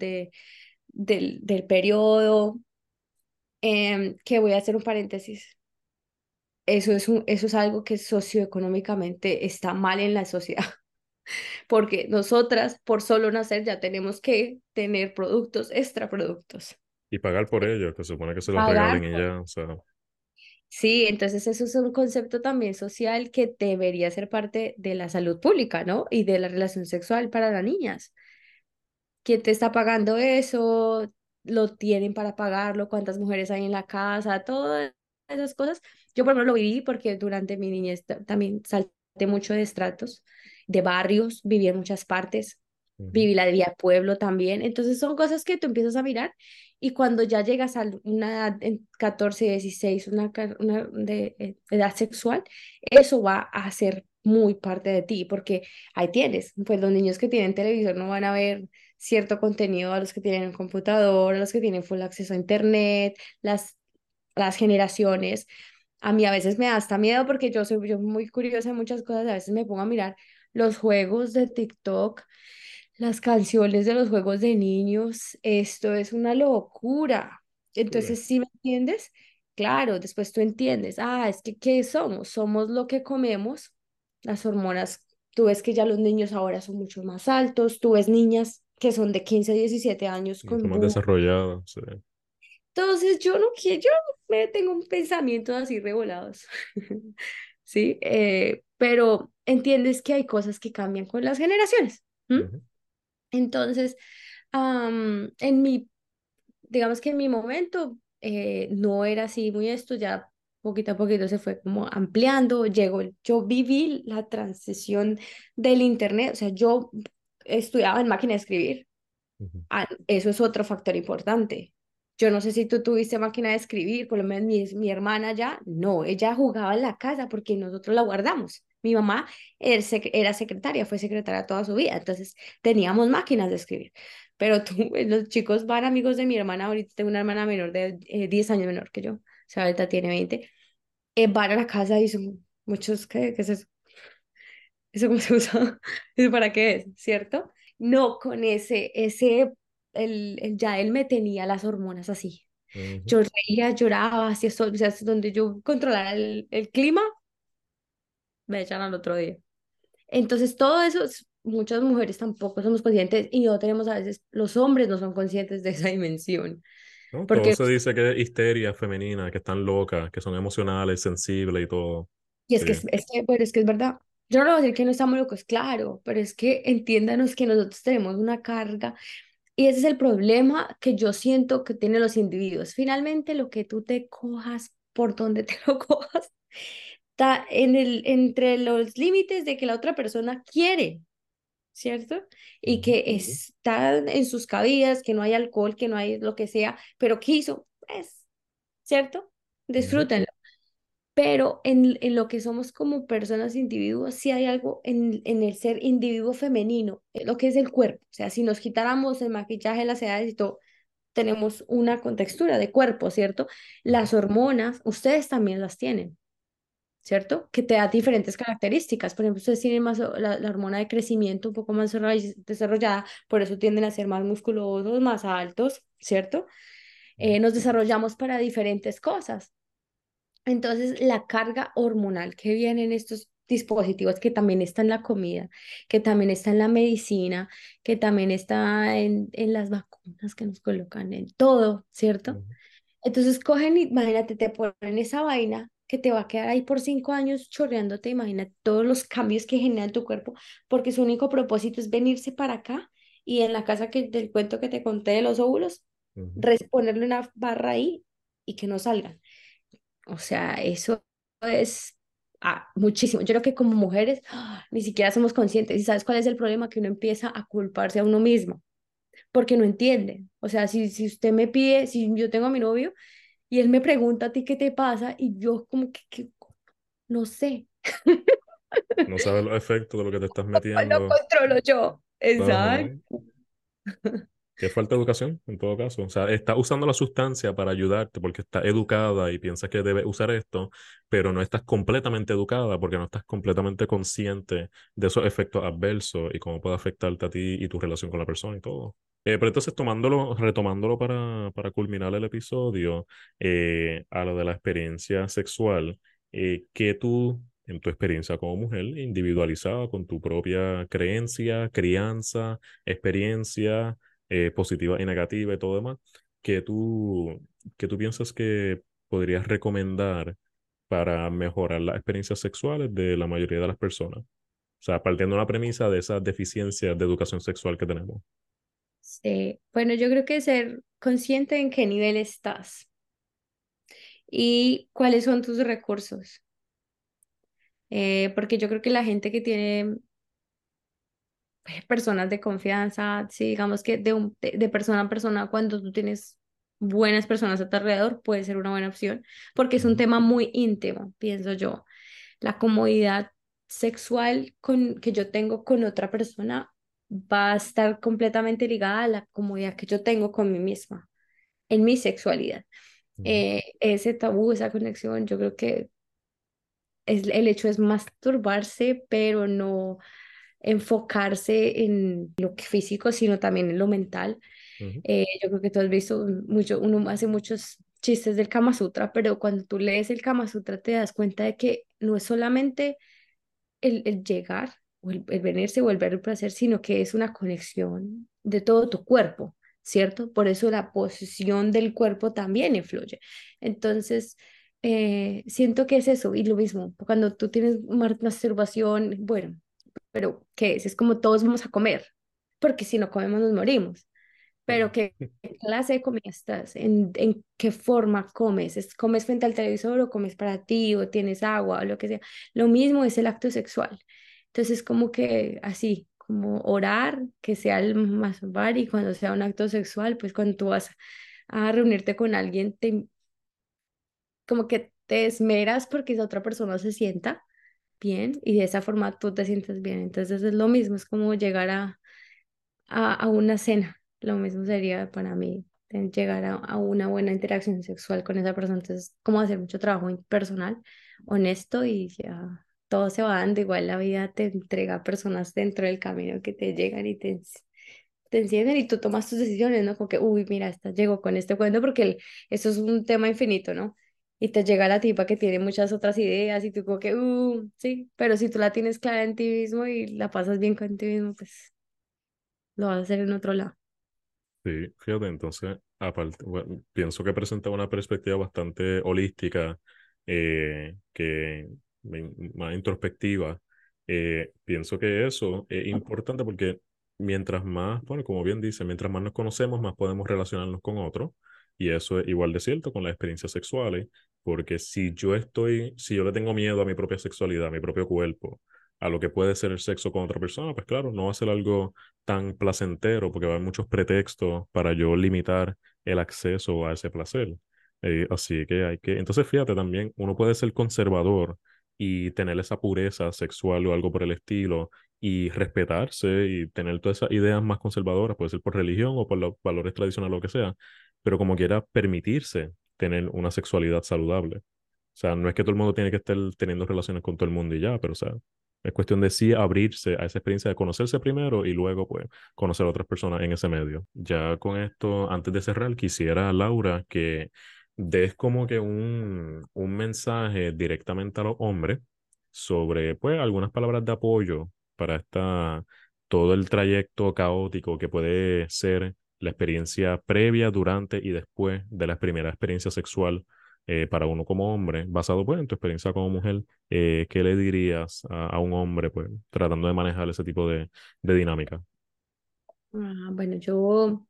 del periodo, que voy a hacer un paréntesis. Eso es algo que socioeconómicamente está mal en la sociedad, porque nosotras por solo nacer ya tenemos que tener productos, extra productos. Y pagar por ello, que se supone que se los Pagar. regalen y ya, o sea. Sí, entonces eso es un concepto también social que debería ser parte de la salud pública, ¿no? Y de la relación sexual para las niñas. ¿Quién te está pagando eso? ¿Lo tienen para pagarlo? ¿Cuántas mujeres hay en la casa? Todas esas cosas. Yo por ejemplo lo viví porque durante mi niñez también salté mucho de estratos, de barrios, viví en muchas partes, Ujú. viví la vida de pueblo también. Entonces son cosas que tú empiezas a mirar y cuando ya llegas a una edad en 14, 16, una edad sexual, eso va a ser muy parte de ti porque ahí tienes, pues los niños que tienen televisor no van a ver cierto contenido a los que tienen un computador, a los que tienen full acceso a internet, las generaciones. A mí a veces me da hasta miedo porque yo muy curiosa de muchas cosas, a veces me pongo a mirar los juegos de TikTok, las canciones de los juegos de niños, esto es una locura. Sí. Entonces, ¿sí me entiendes? Claro, después tú entiendes, es que ¿qué somos? Somos lo que comemos, las hormonas. Tú ves que ya los niños ahora son mucho más altos, tú ves niñas que son de 15 17 años Mucho con más boom. desarrollado, sí. Entonces, yo no quiero, yo me tengo un pensamiento así revolados. ¿sí? Pero entiendes que hay cosas que cambian con las generaciones. ¿M? Ujú, Entonces, en mi, digamos que en mi momento no era así muy esto, ya poquito a poquito se fue como ampliando, llegó, yo viví la transición del internet, o sea, yo estudiaba en máquina de escribir. ujú. Eso es otro factor importante. Yo no sé si tú tuviste máquina de escribir, por lo menos mi hermana ya, no, ella jugaba en la casa porque nosotros la guardamos. Mi mamá era secretaria, fue secretaria toda su vida, entonces teníamos máquinas de escribir. Pero tú, los chicos van amigos de mi hermana, ahorita tengo una hermana menor de 10 años menor que yo, o sea, ahorita tiene 20, van a la casa y son muchos, ¿qué es eso? ¿Eso cómo se usa? ¿Eso para qué es? ¿Cierto? No, con ya él me tenía las hormonas así. Ujú. Yo reía, lloraba, hacía sol, o sea, hasta donde yo controlara el clima, me echan al otro día. Entonces, todo eso, muchas mujeres tampoco somos conscientes y no tenemos a veces, los hombres no son conscientes de esa dimensión. ¿No? Todo Porque, se dice que es histeria femenina, que están locas, que son emocionales, sensibles y todo. y Sí. pero es que es verdad. Yo no le voy a decir que no estamos locos, claro, pero es que entiéndanos que nosotros tenemos una carga. Y ese es el problema que yo siento que tienen los individuos. Finalmente, lo que tú te cojas, por donde te lo cojas, está entre los límites de que la otra persona quiere, ¿cierto? Y Ujú, que está en sus cabidas, que no hay alcohol, que no hay lo que sea, pero quiso, pues, ¿cierto? ujú, Disfrútenlo. Pero en lo que somos como personas individuos, sí hay algo en el ser individuo femenino, lo que es el cuerpo. O sea, si nos quitáramos el maquillaje, las edades y todo, tenemos una contextura de cuerpo, ¿cierto? ujú, Las hormonas, ustedes también las tienen, ¿cierto? Que te da diferentes características. Por ejemplo, ustedes tienen más la hormona de crecimiento un poco más desarrollada, por eso tienden a ser más musculosos, más altos, ¿cierto? Nos desarrollamos para diferentes cosas. Entonces, la carga hormonal que viene en estos dispositivos, que también está en la comida, que también está en la medicina, que también está en las vacunas que nos colocan en todo, ¿cierto? ujú, Entonces cogen, y, imagínate, te ponen esa vaina que te va a quedar ahí por 5 años chorreándote, imagina todos los cambios que genera en tu cuerpo, porque su único propósito es venirse para acá y en la casa del cuento que te conté de los óvulos, ujú. ponerle una barra ahí y que no salgan. O sea, eso es muchísimo. Yo creo que como mujeres ni siquiera somos conscientes. ¿Y sabes cuál es el problema? Que uno empieza a culparse a uno mismo porque no entiende. O sea, si usted me pide, si yo tengo a mi novio y él me pregunta a ti qué te pasa y yo como que no sé, No sabes los efectos de lo que te estás no metiendo. controlo yo. Exacto. Ajá. Que falta educación, en todo caso. O sea, está usando la sustancia para ayudarte porque está educada y piensas que debe usar esto, pero no estás completamente educada porque no estás completamente consciente de esos efectos adversos y cómo puede afectarte a ti y tu relación con la persona y todo. Pero entonces, retomándolo para culminar el episodio, a lo de la experiencia sexual, ¿qué tú, en tu experiencia como mujer, individualizada con tu propia creencia, crianza, experiencia, positiva y negativa y todo demás, que que tú piensas que podrías recomendar para mejorar las experiencias sexuales de la mayoría de las personas? O sea, partiendo de la premisa de esas deficiencias de educación sexual que tenemos. Sí. Bueno, yo creo que ser consciente en qué nivel estás y cuáles son tus recursos. Porque yo creo que la gente que tiene personas de confianza, sí, digamos que de persona a persona, cuando tú tienes buenas personas a tu alrededor, puede ser una buena opción, porque es un Ujú, tema muy íntimo, pienso yo. La comodidad sexual que yo tengo con otra persona va a estar completamente ligada a la comodidad que yo tengo con mí misma, en mi sexualidad. ujú, Ese tabú, esa conexión, yo creo que el hecho es masturbarse, pero no enfocarse en lo que físico, sino también en lo mental. ujú, Yo creo que tú has visto mucho, uno hace muchos chistes del Kama Sutra, pero cuando tú lees el Kama Sutra te das cuenta de que no es solamente el llegar o el venirse o el ver el placer, sino que es una conexión de todo tu cuerpo, ¿cierto? Por eso la posición del cuerpo también influye. Entonces, siento que es eso, y lo mismo, cuando tú tienes masturbación, bueno, pero ¿qué es? Es como todos vamos a comer, porque si no comemos nos morimos. Pero Sí, ¿qué clase de comida estás? En qué forma comes? ¿Comes frente al televisor o comes para ti o tienes agua o lo que sea? Lo mismo es el acto sexual. Entonces, como que así, como orar, que sea el masturbar y cuando sea un acto sexual, pues cuando tú vas a reunirte con alguien, como que te esmeras porque esa otra persona se sienta bien y de esa forma tú te sientes bien. Entonces es lo mismo, es como llegar a una cena. Lo mismo sería para mí llegar a una buena interacción sexual con esa persona. Entonces, como hacer mucho trabajo personal, honesto y ya todo se va dando. Igual la vida te entrega personas dentro del camino que te llegan y te encienden y tú tomas tus decisiones, ¿no? Como que, uy, mira, esta llegó con este cuento porque eso es un tema infinito, ¿no? Y te llega la tipa que tiene muchas otras ideas y tú como que, sí, pero si tú la tienes clara en ti mismo y la pasas bien con ti mismo, pues lo vas a hacer en otro lado. sí, fíjate, entonces, aparte, bueno, pienso que presenta una perspectiva bastante holística, que más introspectiva. Pienso que eso es importante porque mientras más, bueno, como bien dice, mientras más nos conocemos, más podemos relacionarnos con otros. Y eso es igual de cierto con las experiencias sexuales, porque si yo le tengo miedo a mi propia sexualidad, a mi propio cuerpo, a lo que puede ser el sexo con otra persona, pues claro, no va a ser algo tan placentero, porque va a haber muchos pretextos para yo limitar el acceso a ese placer. Así que entonces fíjate también, uno puede ser conservador y tener esa pureza sexual o algo por el estilo y respetarse y tener todas esas ideas más conservadoras, puede ser por religión o por los valores tradicionales, lo que sea, pero como quiera permitirse tener una sexualidad saludable. O sea, no es que todo el mundo tiene que estar teniendo relaciones con todo el mundo y ya, pero o sea, es cuestión de sí abrirse a esa experiencia de conocerse primero y luego, pues, conocer a otras personas en ese medio. Ya con esto, antes de cerrar, quisiera, Laura, que des como que un mensaje directamente a los hombres sobre, pues, algunas palabras de apoyo para todo el trayecto caótico que puede ser la experiencia previa, durante y después de la primera experiencia sexual para uno como hombre, basado pues en tu experiencia como mujer. ¿Qué le dirías a un hombre, pues, tratando de manejar ese tipo de dinámica? Bueno, yo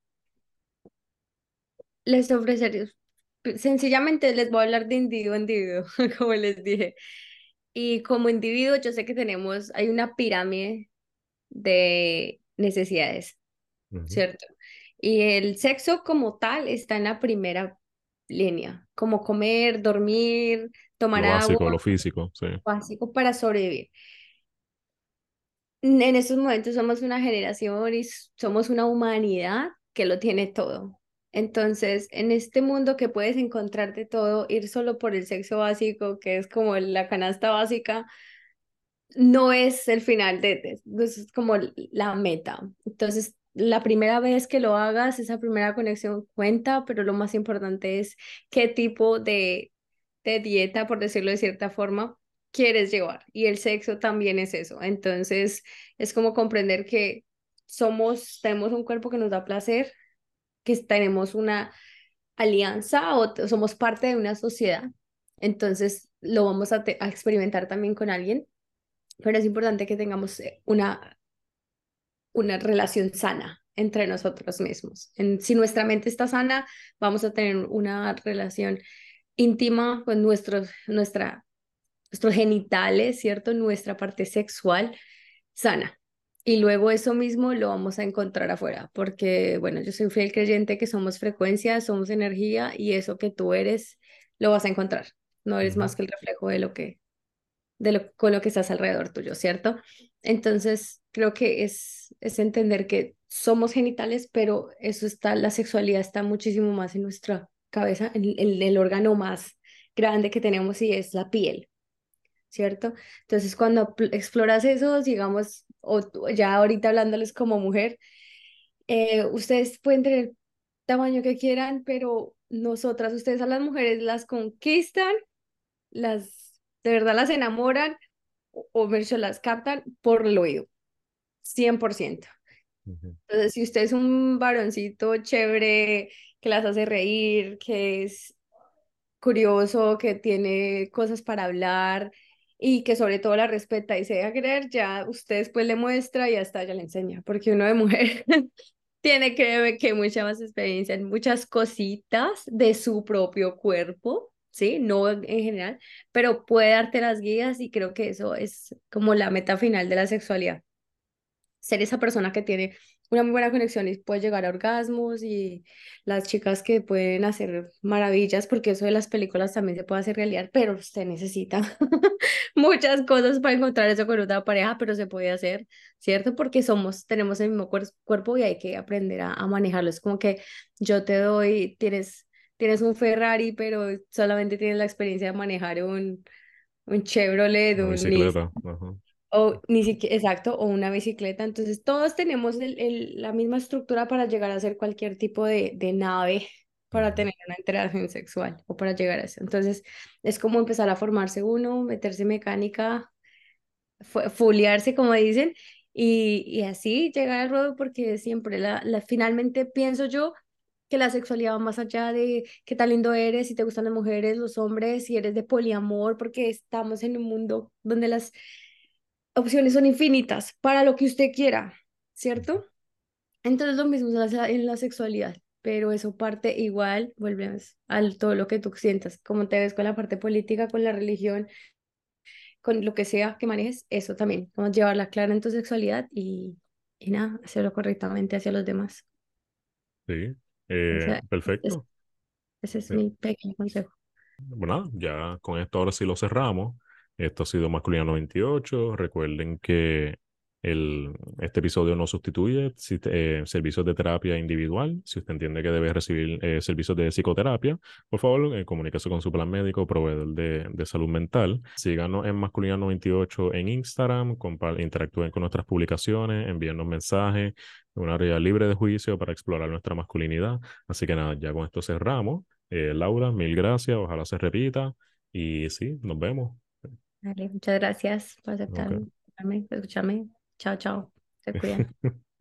les ofreceré, sencillamente les voy a hablar de individuo a individuo, como les dije. Y como individuo, yo sé que hay una pirámide de necesidades, Ujú. ¿cierto? Y el sexo como tal está en la primera línea, como comer, dormir, tomar Lo básico, agua, lo físico, sí. básico para sobrevivir. En estos momentos somos una generación y somos una humanidad que lo tiene todo. Entonces, en este mundo que puedes encontrar de todo, ir solo por el sexo básico, que es como la canasta básica, no es el final no es como la meta. Entonces, la primera vez que lo hagas, esa primera conexión cuenta, pero lo más importante es qué tipo de dieta, por decirlo de cierta forma, quieres llevar. Y el sexo también es eso. Entonces, es como comprender que tenemos un cuerpo que nos da placer, que tenemos una alianza o somos parte de una sociedad. Entonces, lo vamos a experimentar también con alguien, pero es importante que tengamos una relación sana entre nosotros mismos. Si nuestra mente está sana, vamos a tener una relación íntima con nuestros genitales, ¿cierto? Nuestra parte sexual sana. Y luego eso mismo lo vamos a encontrar afuera, porque, bueno, yo soy fiel creyente que somos frecuencia, somos energía y eso que tú eres, lo vas a encontrar. No eres Ujú. más que el reflejo con lo que estás alrededor tuyo, ¿cierto? Entonces, creo que es entender que somos genitales, pero la sexualidad está muchísimo más en nuestra cabeza, en el órgano más grande que tenemos y es la piel, ¿cierto? Entonces, cuando exploras eso, digamos, ya ahorita hablándoles como mujer, ustedes pueden tener tamaño que quieran, pero ustedes a las mujeres las conquistan, de verdad las enamoran o Mercho las captan por el oído, 100%. Ujú. Entonces, si usted es un varoncito chévere, que las hace reír, que es curioso, que tiene cosas para hablar y que sobre todo la respeta y se deja querer, ya usted después le muestra y hasta ella le enseña, porque uno de mujer tiene que mucha más experiencia en muchas cositas de su propio cuerpo, ¿sí? No en general, pero puede darte las guías y creo que eso es como la meta final de la sexualidad, ser esa persona que tiene una muy buena conexión y puede llegar a orgasmos y las chicas que pueden hacer maravillas, porque eso de las películas también se puede hacer realidad, pero usted necesita muchas cosas para encontrar eso con otra pareja, pero se puede hacer, ¿cierto? Porque tenemos el mismo cuerpo y hay que aprender a manejarlo. Es como que yo te doy, tienes un Ferrari, pero solamente tienes la experiencia de manejar un Chevrolet, Una un bicicleta. Ajá. o ni siquiera, exacto, o una bicicleta. Entonces, todos tenemos la misma estructura para llegar a hacer cualquier tipo de nave para Ujú. tener una interacción sexual o para llegar a eso. Entonces, es como empezar a formarse uno, meterse mecánica, fulearse, como dicen, y así llegar al ruedo, porque siempre finalmente pienso yo que la sexualidad va más allá de qué tan lindo eres, si te gustan las mujeres, los hombres, si eres de poliamor, porque estamos en un mundo donde las opciones son infinitas para lo que usted quiera, ¿cierto? Entonces lo mismo en la sexualidad, pero eso parte igual, volvemos a todo lo que tú sientas, como te ves con la parte política, con la religión, con lo que sea que manejes, eso también, como llevarla clara en tu sexualidad y nada, hacerlo correctamente hacia los demás. Sí, O sea, perfecto. ese es Eh, mi pequeño consejo. Bueno, ya con esto ahora sí lo cerramos. Esto ha sido Masculino 98. Recuerden que este episodio no sustituye servicios de terapia individual. Si usted entiende que debe recibir servicios de psicoterapia, por favor, comuníquese con su plan médico o proveedor de salud mental. Síganos en Masculino 98 en Instagram, interactúen con nuestras publicaciones, envíennos mensajes, una área libre de juicio para explorar nuestra masculinidad. Así que nada, ya con esto cerramos. Laura, mil gracias, ojalá se repita y sí, nos vemos. Vale, muchas gracias por Ok. aceptarme, por escucharme. Chao, chao. Se cuidan.